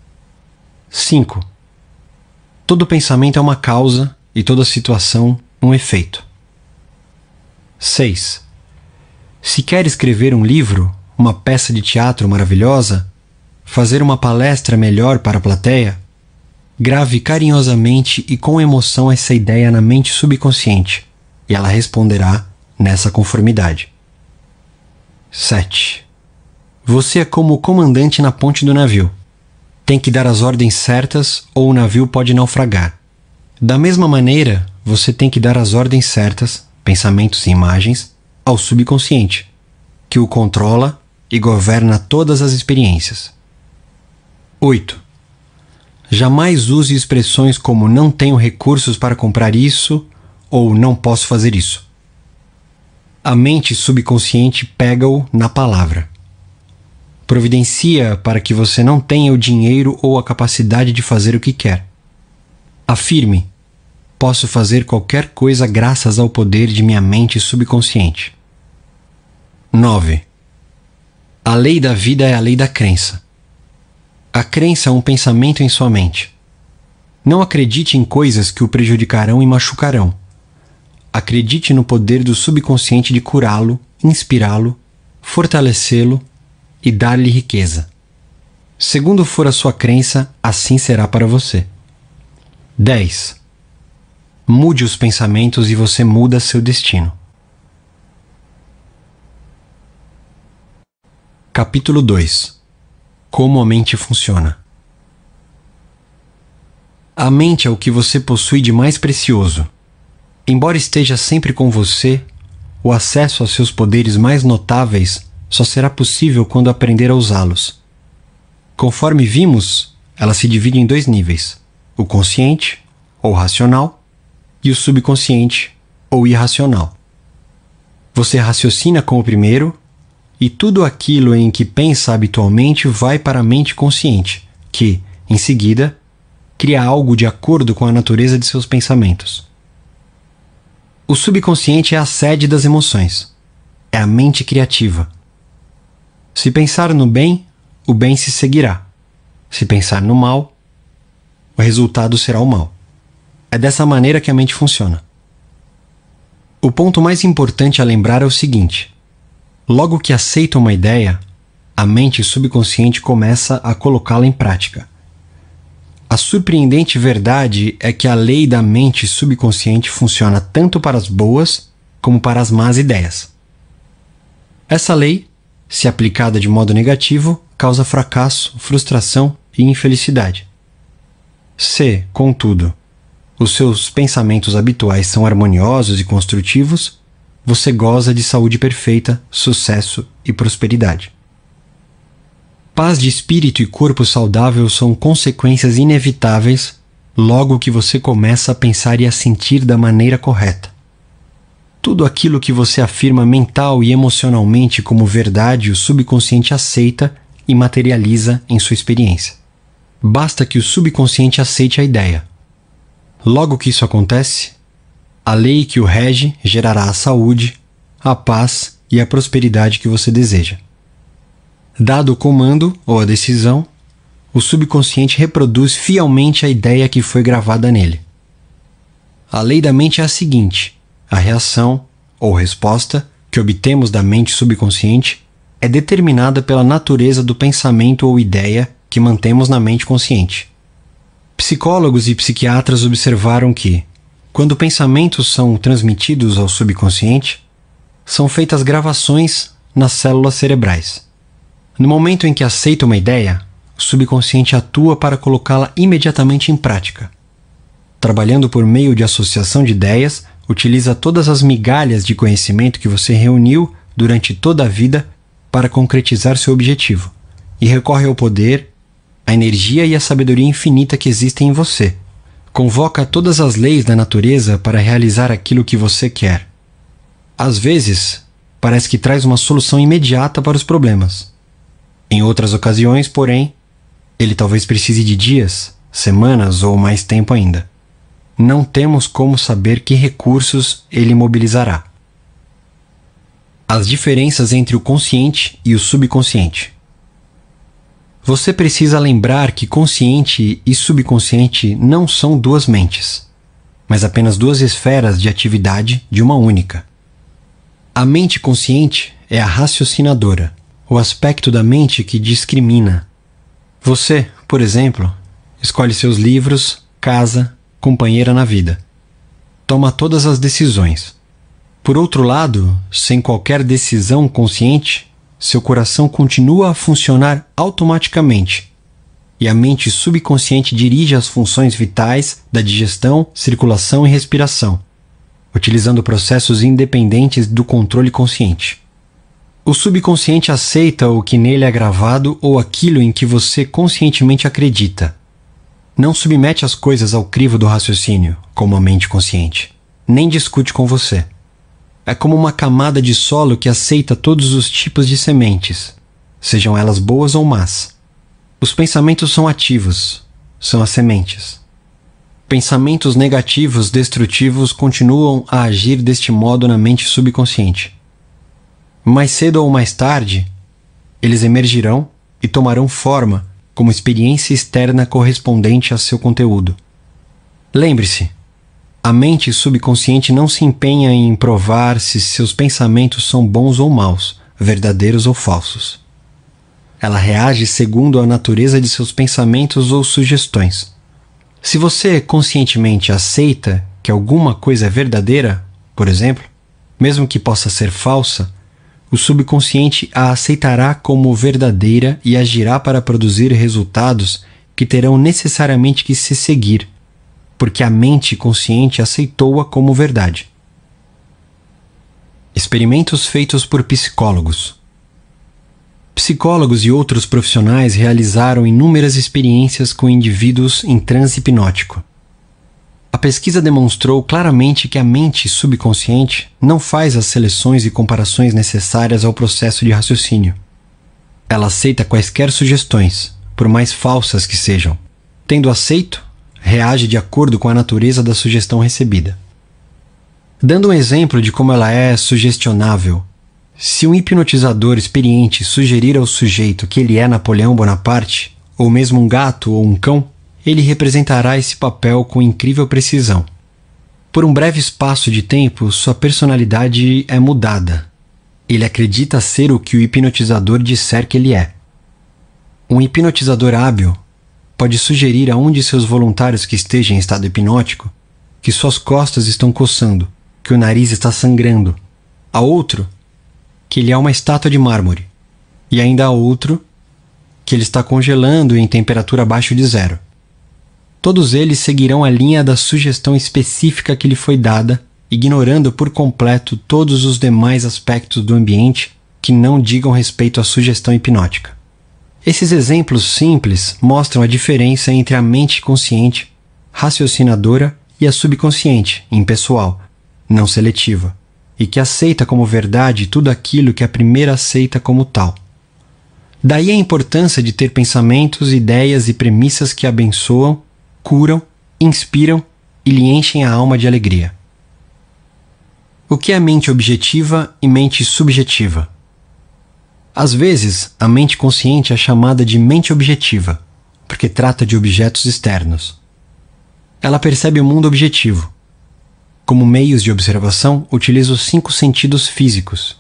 cinco. Todo pensamento é uma causa e toda situação um efeito. seis. Se quer escrever um livro, uma peça de teatro maravilhosa, fazer uma palestra melhor para a plateia, grave carinhosamente e com emoção essa ideia na mente subconsciente, e ela responderá nessa conformidade. sete. Você é como o comandante na ponte do navio. Tem que dar as ordens certas ou o navio pode naufragar. Da mesma maneira, você tem que dar as ordens certas, pensamentos e imagens, ao subconsciente, que o controla e governa todas as experiências. oito. Jamais use expressões como não tenho recursos para comprar isso ou não posso fazer isso. A mente subconsciente pega-o na palavra. Providencia para que você não tenha o dinheiro ou a capacidade de fazer o que quer. Afirme: posso fazer qualquer coisa graças ao poder de minha mente subconsciente. nove. A lei da vida é a lei da crença. A crença é um pensamento em sua mente. Não acredite em coisas que o prejudicarão e machucarão. Acredite no poder do subconsciente de curá-lo, inspirá-lo, fortalecê-lo e dar-lhe riqueza. Segundo for a sua crença, assim será para você. dez. Mude os pensamentos e você muda seu destino. Capítulo dois. Como a mente funciona. A mente é o que você possui de mais precioso. Embora esteja sempre com você, o acesso aos seus poderes mais notáveis só será possível quando aprender a usá-los. Conforme vimos, ela se divide em dois níveis: o consciente, ou racional, e o subconsciente, ou irracional. Você raciocina com o primeiro, e tudo aquilo em que pensa habitualmente vai para a mente consciente, que, em seguida, cria algo de acordo com a natureza de seus pensamentos. O subconsciente é a sede das emoções. É a mente criativa. Se pensar no bem, o bem se seguirá. Se pensar no mal, o resultado será o mal. É dessa maneira que a mente funciona. O ponto mais importante a lembrar é o seguinte: logo que aceita uma ideia, a mente subconsciente começa a colocá-la em prática. A surpreendente verdade é que a lei da mente subconsciente funciona tanto para as boas como para as más ideias. Essa lei, se aplicada de modo negativo, causa fracasso, frustração e infelicidade. Se, contudo, os seus pensamentos habituais são harmoniosos e construtivos, você goza de saúde perfeita, sucesso e prosperidade. Paz de espírito e corpo saudável são consequências inevitáveis logo que você começa a pensar e a sentir da maneira correta. Tudo aquilo que você afirma mental e emocionalmente como verdade, o subconsciente aceita e materializa em sua experiência. Basta que o subconsciente aceite a ideia. Logo que isso acontece, a lei que o rege gerará a saúde, a paz e a prosperidade que você deseja. Dado o comando ou a decisão, o subconsciente reproduz fielmente a ideia que foi gravada nele. A lei da mente é a seguinte: a reação ou resposta que obtemos da mente subconsciente é determinada pela natureza do pensamento ou ideia que mantemos na mente consciente. Psicólogos e psiquiatras observaram que, quando pensamentos são transmitidos ao subconsciente, são feitas gravações nas células cerebrais. No momento em que aceita uma ideia, o subconsciente atua para colocá-la imediatamente em prática. Trabalhando por meio de associação de ideias, utiliza todas as migalhas de conhecimento que você reuniu durante toda a vida para concretizar seu objetivo, e recorre ao poder, à energia e à sabedoria infinita que existem em você. Convoca todas as leis da natureza para realizar aquilo que você quer. Às vezes, parece que traz uma solução imediata para os problemas. Em outras ocasiões, porém, ele talvez precise de dias, semanas ou mais tempo ainda. Não temos como saber que recursos ele mobilizará. As diferenças entre o consciente e o subconsciente. Você precisa lembrar que consciente e subconsciente não são duas mentes, mas apenas duas esferas de atividade de uma única. A mente consciente é a raciocinadora, o aspecto da mente que discrimina. Você, por exemplo, escolhe seus livros, casa, companheira na vida. Toma todas as decisões. Por outro lado, sem qualquer decisão consciente, seu coração continua a funcionar automaticamente, e a mente subconsciente dirige as funções vitais da digestão, circulação e respiração, utilizando processos independentes do controle consciente. O subconsciente aceita o que nele é gravado ou aquilo em que você conscientemente acredita. Não submete as coisas ao crivo do raciocínio, como a mente consciente, nem discute com você. É como uma camada de solo que aceita todos os tipos de sementes, sejam elas boas ou más. Os pensamentos são ativos, são as sementes. Pensamentos negativos destrutivos continuam a agir deste modo na mente subconsciente. Mais cedo ou mais tarde, eles emergirão e tomarão forma como experiência externa correspondente a seu conteúdo. Lembre-se, a mente subconsciente não se empenha em provar se seus pensamentos são bons ou maus, verdadeiros ou falsos. Ela reage segundo a natureza de seus pensamentos ou sugestões. Se você conscientemente aceita que alguma coisa é verdadeira, por exemplo, mesmo que possa ser falsa, o subconsciente a aceitará como verdadeira e agirá para produzir resultados que terão necessariamente que se seguir, porque a mente consciente aceitou-a como verdade. Experimentos feitos por psicólogos. Psicólogos e outros profissionais realizaram inúmeras experiências com indivíduos em transe hipnótico. A pesquisa demonstrou claramente que a mente subconsciente não faz as seleções e comparações necessárias ao processo de raciocínio. Ela aceita quaisquer sugestões, por mais falsas que sejam. Tendo aceito, reage de acordo com a natureza da sugestão recebida. Dando um exemplo de como ela é sugestionável, se um hipnotizador experiente sugerir ao sujeito que ele é Napoleão Bonaparte, ou mesmo um gato ou um cão, ele representará esse papel com incrível precisão. Por um breve espaço de tempo, sua personalidade é mudada. Ele acredita ser o que o hipnotizador disser que ele é. Um hipnotizador hábil pode sugerir a um de seus voluntários que esteja em estado hipnótico que suas costas estão coçando, que o nariz está sangrando. A outro, que ele é uma estátua de mármore. E ainda a outro, que ele está congelando em temperatura abaixo de zero. Todos eles seguirão a linha da sugestão específica que lhe foi dada, ignorando por completo todos os demais aspectos do ambiente que não digam respeito à sugestão hipnótica. Esses exemplos simples mostram a diferença entre a mente consciente, raciocinadora, e a subconsciente, impessoal, não seletiva, e que aceita como verdade tudo aquilo que a primeira aceita como tal. Daí a importância de ter pensamentos, ideias e premissas que abençoam, curam, inspiram e lhe enchem a alma de alegria. O que é mente objetiva e mente subjetiva? Às vezes, a mente consciente é chamada de mente objetiva, porque trata de objetos externos. Ela percebe o mundo objetivo. Como meios de observação, utiliza os cinco sentidos físicos.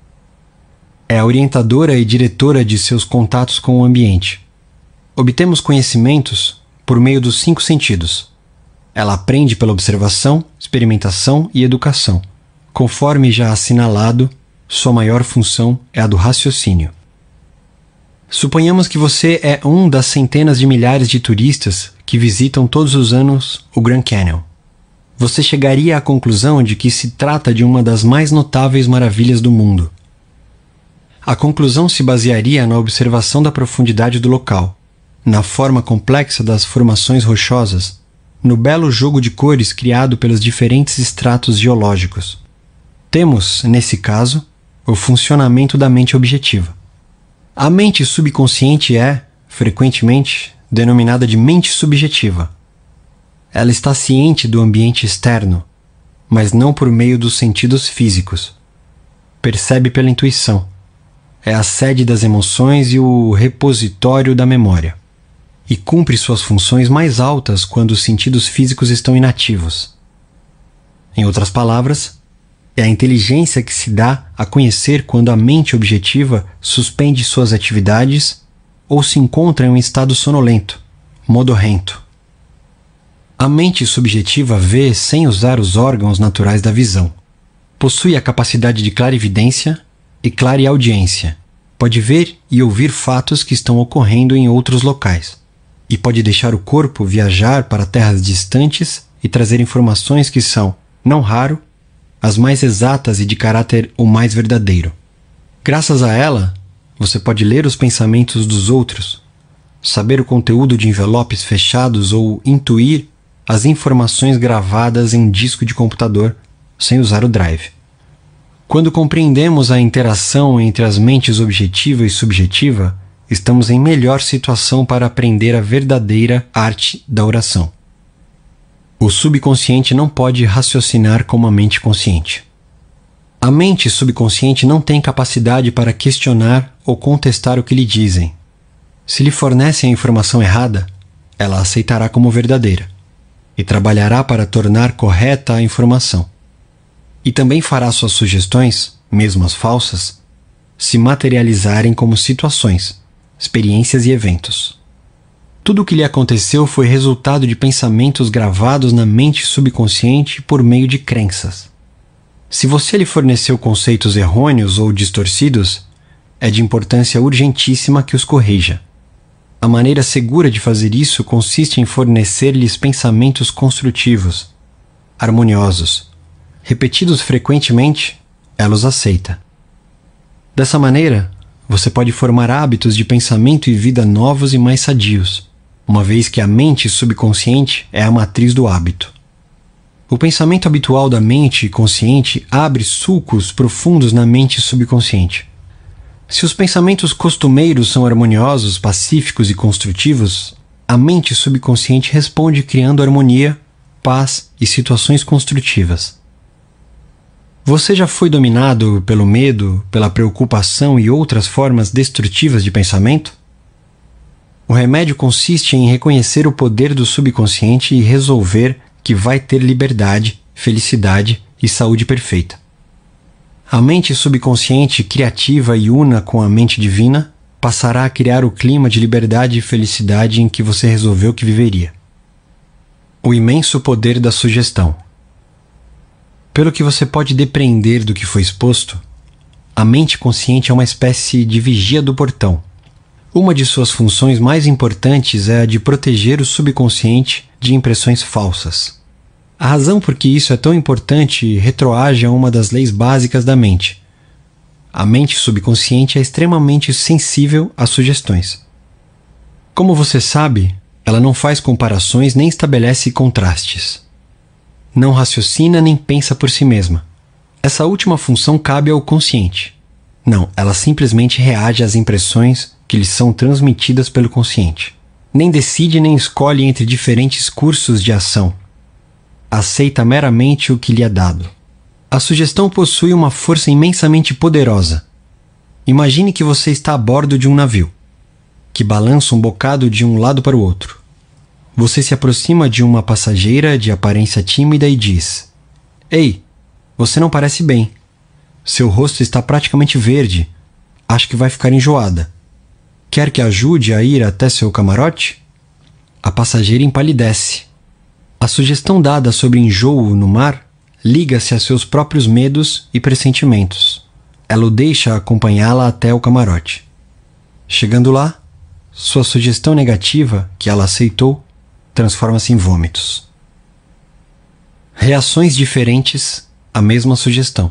É a orientadora e diretora de seus contatos com o ambiente. Obtemos conhecimentos por meio dos cinco sentidos. Ela aprende pela observação, experimentação e educação. Conforme já assinalado, sua maior função é a do raciocínio. Suponhamos que você é um das centenas de milhares de turistas que visitam todos os anos o Grand Canyon. Você chegaria à conclusão de que se trata de uma das mais notáveis maravilhas do mundo. A conclusão se basearia na observação da profundidade do local, na forma complexa das formações rochosas, no belo jogo de cores criado pelos diferentes estratos geológicos. Temos, nesse caso, o funcionamento da mente objetiva. A mente subconsciente é, frequentemente, denominada de mente subjetiva. Ela está ciente do ambiente externo, mas não por meio dos sentidos físicos. Percebe pela intuição. É a sede das emoções e o repositório da memória. E cumpre suas funções mais altas quando os sentidos físicos estão inativos. Em outras palavras, é a inteligência que se dá a conhecer quando a mente objetiva suspende suas atividades ou se encontra em um estado sonolento, modorrento. A mente subjetiva vê sem usar os órgãos naturais da visão. Possui a capacidade de clarividência e clareaudiência. Pode ver e ouvir fatos que estão ocorrendo em outros locais. E pode deixar o corpo viajar para terras distantes e trazer informações que são, não raro, as mais exatas e de caráter o mais verdadeiro. Graças a ela, você pode ler os pensamentos dos outros, saber o conteúdo de envelopes fechados ou intuir as informações gravadas em um disco de computador sem usar o drive. Quando compreendemos a interação entre as mentes objetiva e subjetiva, estamos em melhor situação para aprender a verdadeira arte da oração. O subconsciente não pode raciocinar como a mente consciente. A mente subconsciente não tem capacidade para questionar ou contestar o que lhe dizem. Se lhe fornecem a informação errada, ela a aceitará como verdadeira e trabalhará para tornar correta a informação. E também fará suas sugestões, mesmo as falsas, se materializarem como situações, experiências e eventos. Tudo o que lhe aconteceu foi resultado de pensamentos gravados na mente subconsciente por meio de crenças. Se você lhe forneceu conceitos errôneos ou distorcidos, é de importância urgentíssima que os corrija. A maneira segura de fazer isso consiste em fornecer-lhes pensamentos construtivos, harmoniosos. Repetidos frequentemente, ela os aceita. Dessa maneira, você pode formar hábitos de pensamento e vida novos e mais sadios, uma vez que a mente subconsciente é a matriz do hábito. O pensamento habitual da mente consciente abre sulcos profundos na mente subconsciente. Se os pensamentos costumeiros são harmoniosos, pacíficos e construtivos, a mente subconsciente responde criando harmonia, paz e situações construtivas. Você já foi dominado pelo medo, pela preocupação e outras formas destrutivas de pensamento? O remédio consiste em reconhecer o poder do subconsciente e resolver que vai ter liberdade, felicidade e saúde perfeita. A mente subconsciente, criativa e una com a mente divina, passará a criar o clima de liberdade e felicidade em que você resolveu que viveria. O imenso poder da sugestão. Pelo que você pode depreender do que foi exposto, a mente consciente é uma espécie de vigia do portão. Uma de suas funções mais importantes é a de proteger o subconsciente de impressões falsas. A razão por que isso é tão importante retroage a uma das leis básicas da mente. A mente subconsciente é extremamente sensível às sugestões. Como você sabe, ela não faz comparações nem estabelece contrastes. Não raciocina nem pensa por si mesma. Essa última função cabe ao consciente. Não, ela simplesmente reage às impressões que lhe são transmitidas pelo consciente. Nem decide nem escolhe entre diferentes cursos de ação. Aceita meramente o que lhe é dado. A sugestão possui uma força imensamente poderosa. Imagine que você está a bordo de um navio, que balança um bocado de um lado para o outro. Você se aproxima de uma passageira de aparência tímida e diz: "Ei, você não parece bem. Seu rosto está praticamente verde. Acho que vai ficar enjoada. Quer que ajude a ir até seu camarote?" A passageira empalidece. A sugestão dada sobre enjoo no mar liga-se a seus próprios medos e pressentimentos. Ela o deixa acompanhá-la até o camarote. Chegando lá, sua sugestão negativa, que ela aceitou, transforma-se em vômitos. Reações diferentes à mesma sugestão.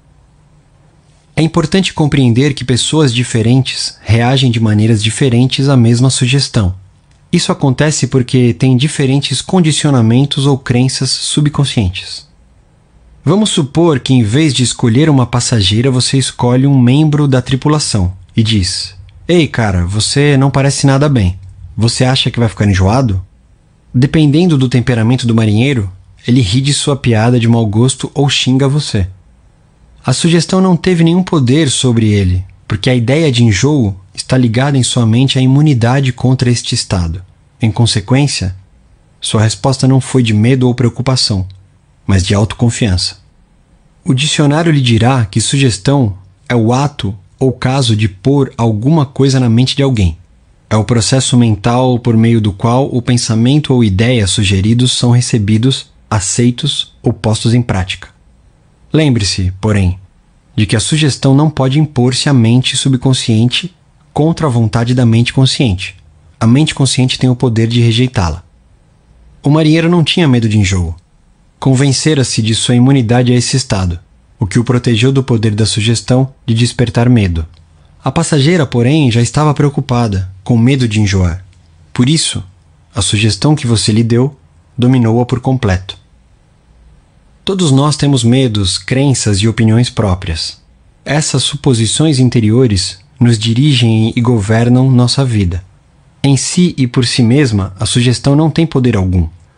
É importante compreender que pessoas diferentes reagem de maneiras diferentes à mesma sugestão. Isso acontece porque têm diferentes condicionamentos ou crenças subconscientes. Vamos supor que, em vez de escolher uma passageira, você escolhe um membro da tripulação e diz: "Ei, cara, você não parece nada bem. Você acha que vai ficar enjoado?" Dependendo do temperamento do marinheiro, ele ri de sua piada de mau gosto ou xinga você. A sugestão não teve nenhum poder sobre ele, porque a ideia de enjoo está ligada em sua mente à imunidade contra este estado. Em consequência, sua resposta não foi de medo ou preocupação, mas de autoconfiança. O dicionário lhe dirá que sugestão é o ato ou caso de pôr alguma coisa na mente de alguém. É o processo mental por meio do qual o pensamento ou ideia sugeridos são recebidos, aceitos ou postos em prática. Lembre-se, porém, de que a sugestão não pode impor-se à mente subconsciente contra a vontade da mente consciente. A mente consciente tem o poder de rejeitá-la. O marinheiro não tinha medo de enjoo. Convencera-se de sua imunidade a esse estado, o que o protegeu do poder da sugestão de despertar medo. A passageira, porém, já estava preocupada, com medo de enjoar. Por isso, a sugestão que você lhe deu dominou-a por completo. Todos nós temos medos, crenças e opiniões próprias. Essas suposições interiores nos dirigem e governam nossa vida. Em si e por si mesma, a sugestão não tem poder algum.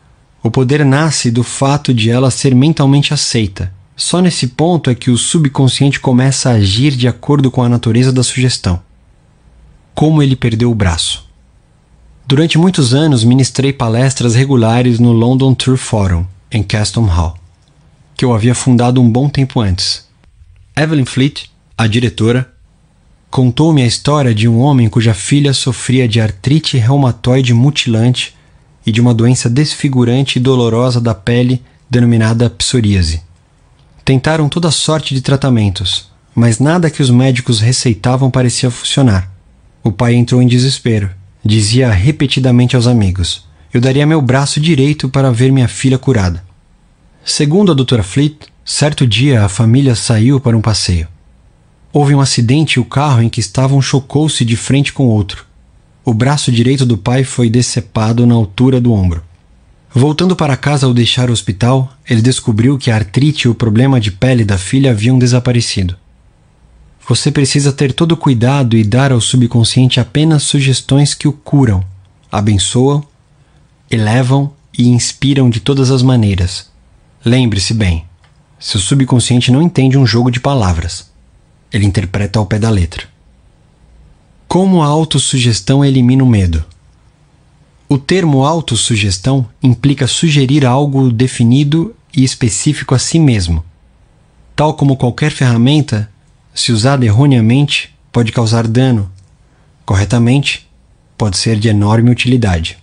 O poder nasce do fato de ela ser mentalmente aceita. Só nesse ponto é que o subconsciente começa a agir de acordo com a natureza da sugestão. Como ele perdeu o braço. Durante muitos anos ministrei palestras regulares no London Tour Forum, em Castle Hall, que eu havia fundado um bom tempo antes. Evelyn Fleet, a diretora, contou-me a história de um homem cuja filha sofria de artrite reumatoide mutilante e de uma doença desfigurante e dolorosa da pele denominada psoríase. Tentaram toda sorte de tratamentos, mas nada que os médicos receitavam parecia funcionar. O pai entrou em desespero. Dizia repetidamente aos amigos: eu daria meu braço direito para ver minha filha curada. Segundo a doutora Fleet, certo dia a família saiu para um passeio. Houve um acidente e o carro em que estavam chocou-se de frente com outro. O braço direito do pai foi decepado na altura do ombro. Voltando para casa ao deixar o hospital, ele descobriu que a artrite e o problema de pele da filha haviam desaparecido. Você precisa ter todo o cuidado e dar ao subconsciente apenas sugestões que o curam, abençoam, elevam e inspiram de todas as maneiras. Lembre-se bem, seu subconsciente não entende um jogo de palavras. Ele interpreta ao pé da letra. Como a autossugestão elimina o medo? O termo autossugestão implica sugerir algo definido e específico a si mesmo. Tal como qualquer ferramenta, se usada erroneamente, pode causar dano. Corretamente, pode ser de enorme utilidade.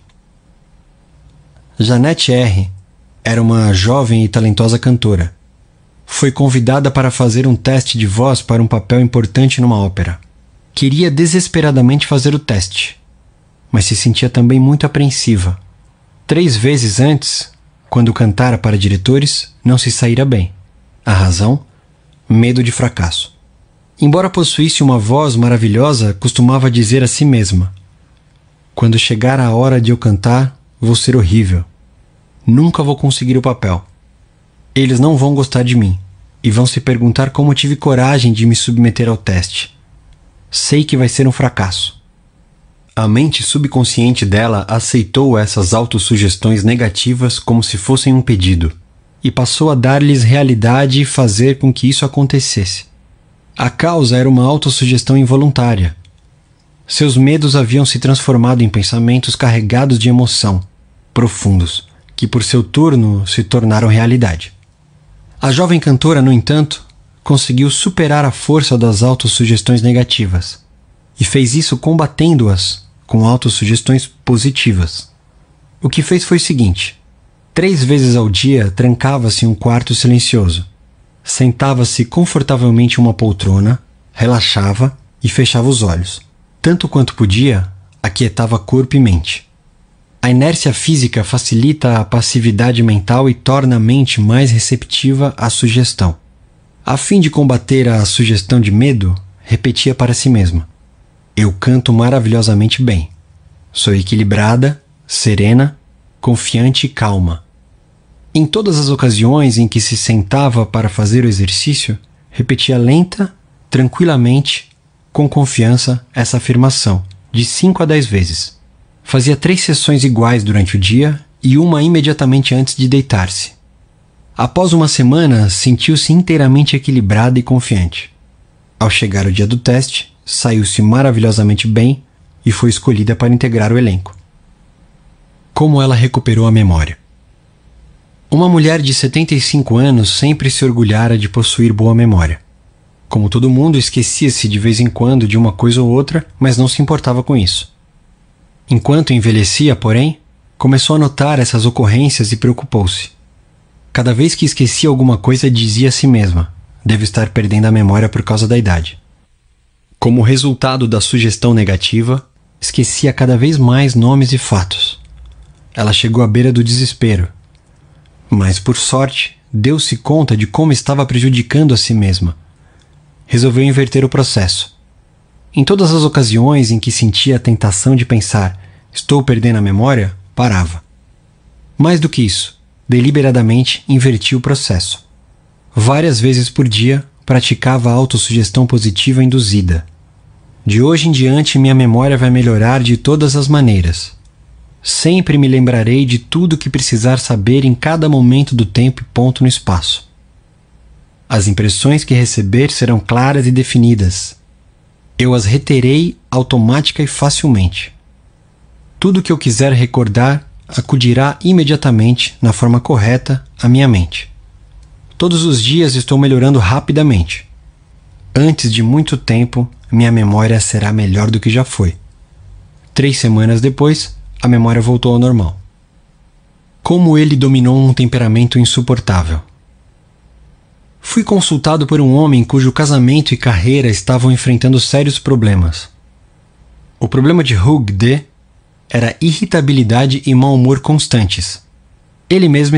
Janete R. era uma jovem e talentosa cantora. Foi convidada para fazer um teste de voz para um papel importante numa ópera. Queria desesperadamente fazer o teste, mas se sentia também muito apreensiva. Três vezes antes, quando cantara para diretores, não se saíra bem. A razão? Medo de fracasso. Embora possuísse uma voz maravilhosa, costumava dizer a si mesma: quando chegar a hora de eu cantar, vou ser horrível. Nunca vou conseguir o papel. Eles não vão gostar de mim e vão se perguntar como tive coragem de me submeter ao teste. Sei que vai ser um fracasso. A mente subconsciente dela aceitou essas autossugestões negativas como se fossem um pedido e passou a dar-lhes realidade e fazer com que isso acontecesse. A causa era uma autossugestão involuntária. Seus medos haviam se transformado em pensamentos carregados de emoção, profundos, que por seu turno se tornaram realidade. A jovem cantora, no entanto, conseguiu superar a força das autossugestões negativas e fez isso combatendo-as com autossugestões positivas. O que fez foi o seguinte: três vezes ao dia trancava-se em um quarto silencioso. Sentava-se confortavelmente em uma poltrona, relaxava e fechava os olhos. Tanto quanto podia, aquietava corpo e mente. A inércia física facilita a passividade mental e torna a mente mais receptiva à sugestão. A fim de combater a sugestão de medo, repetia para si mesma: eu canto maravilhosamente bem. Sou equilibrada, serena, confiante e calma. Em todas as ocasiões em que se sentava para fazer o exercício, repetia lenta, tranquilamente, com confiança, essa afirmação, de cinco a dez vezes. Fazia três sessões iguais durante o dia e uma imediatamente antes de deitar-se. Após uma semana, sentiu-se inteiramente equilibrada e confiante. Ao chegar o dia do teste, saiu-se maravilhosamente bem e foi escolhida para integrar o elenco. Como ela recuperou a memória? Uma mulher de setenta e cinco anos sempre se orgulhara de possuir boa memória. Como todo mundo, esquecia-se de vez em quando de uma coisa ou outra, mas não se importava com isso. Enquanto envelhecia, porém, começou a notar essas ocorrências e preocupou-se. Cada vez que esquecia alguma coisa, dizia a si mesma: devo estar perdendo a memória por causa da idade. Como resultado da sugestão negativa, esquecia cada vez mais nomes e fatos. Ela chegou à beira do desespero. Mas, por sorte, deu-se conta de como estava prejudicando a si mesma. Resolveu inverter o processo. Em todas as ocasiões em que sentia a tentação de pensar: estou perdendo a memória, parava. Mais do que isso, deliberadamente invertia o processo. Várias vezes por dia, praticava a autossugestão positiva induzida. De hoje em diante, minha memória vai melhorar de todas as maneiras. Sempre me lembrarei de tudo que precisar saber em cada momento do tempo e ponto no espaço. As impressões que receber serão claras e definidas. Eu as reterei automática e facilmente. Tudo que eu quiser recordar acudirá imediatamente, na forma correta, à minha mente. Todos os dias estou melhorando rapidamente. Antes de muito tempo, minha memória será melhor do que já foi. Três semanas depois, a memória voltou ao normal. Como ele dominou um temperamento insuportável. Fui consultado por um homem cujo casamento e carreira estavam enfrentando sérios problemas. O problema de Hugh D era irritabilidade e mau humor constantes. Ele mesmo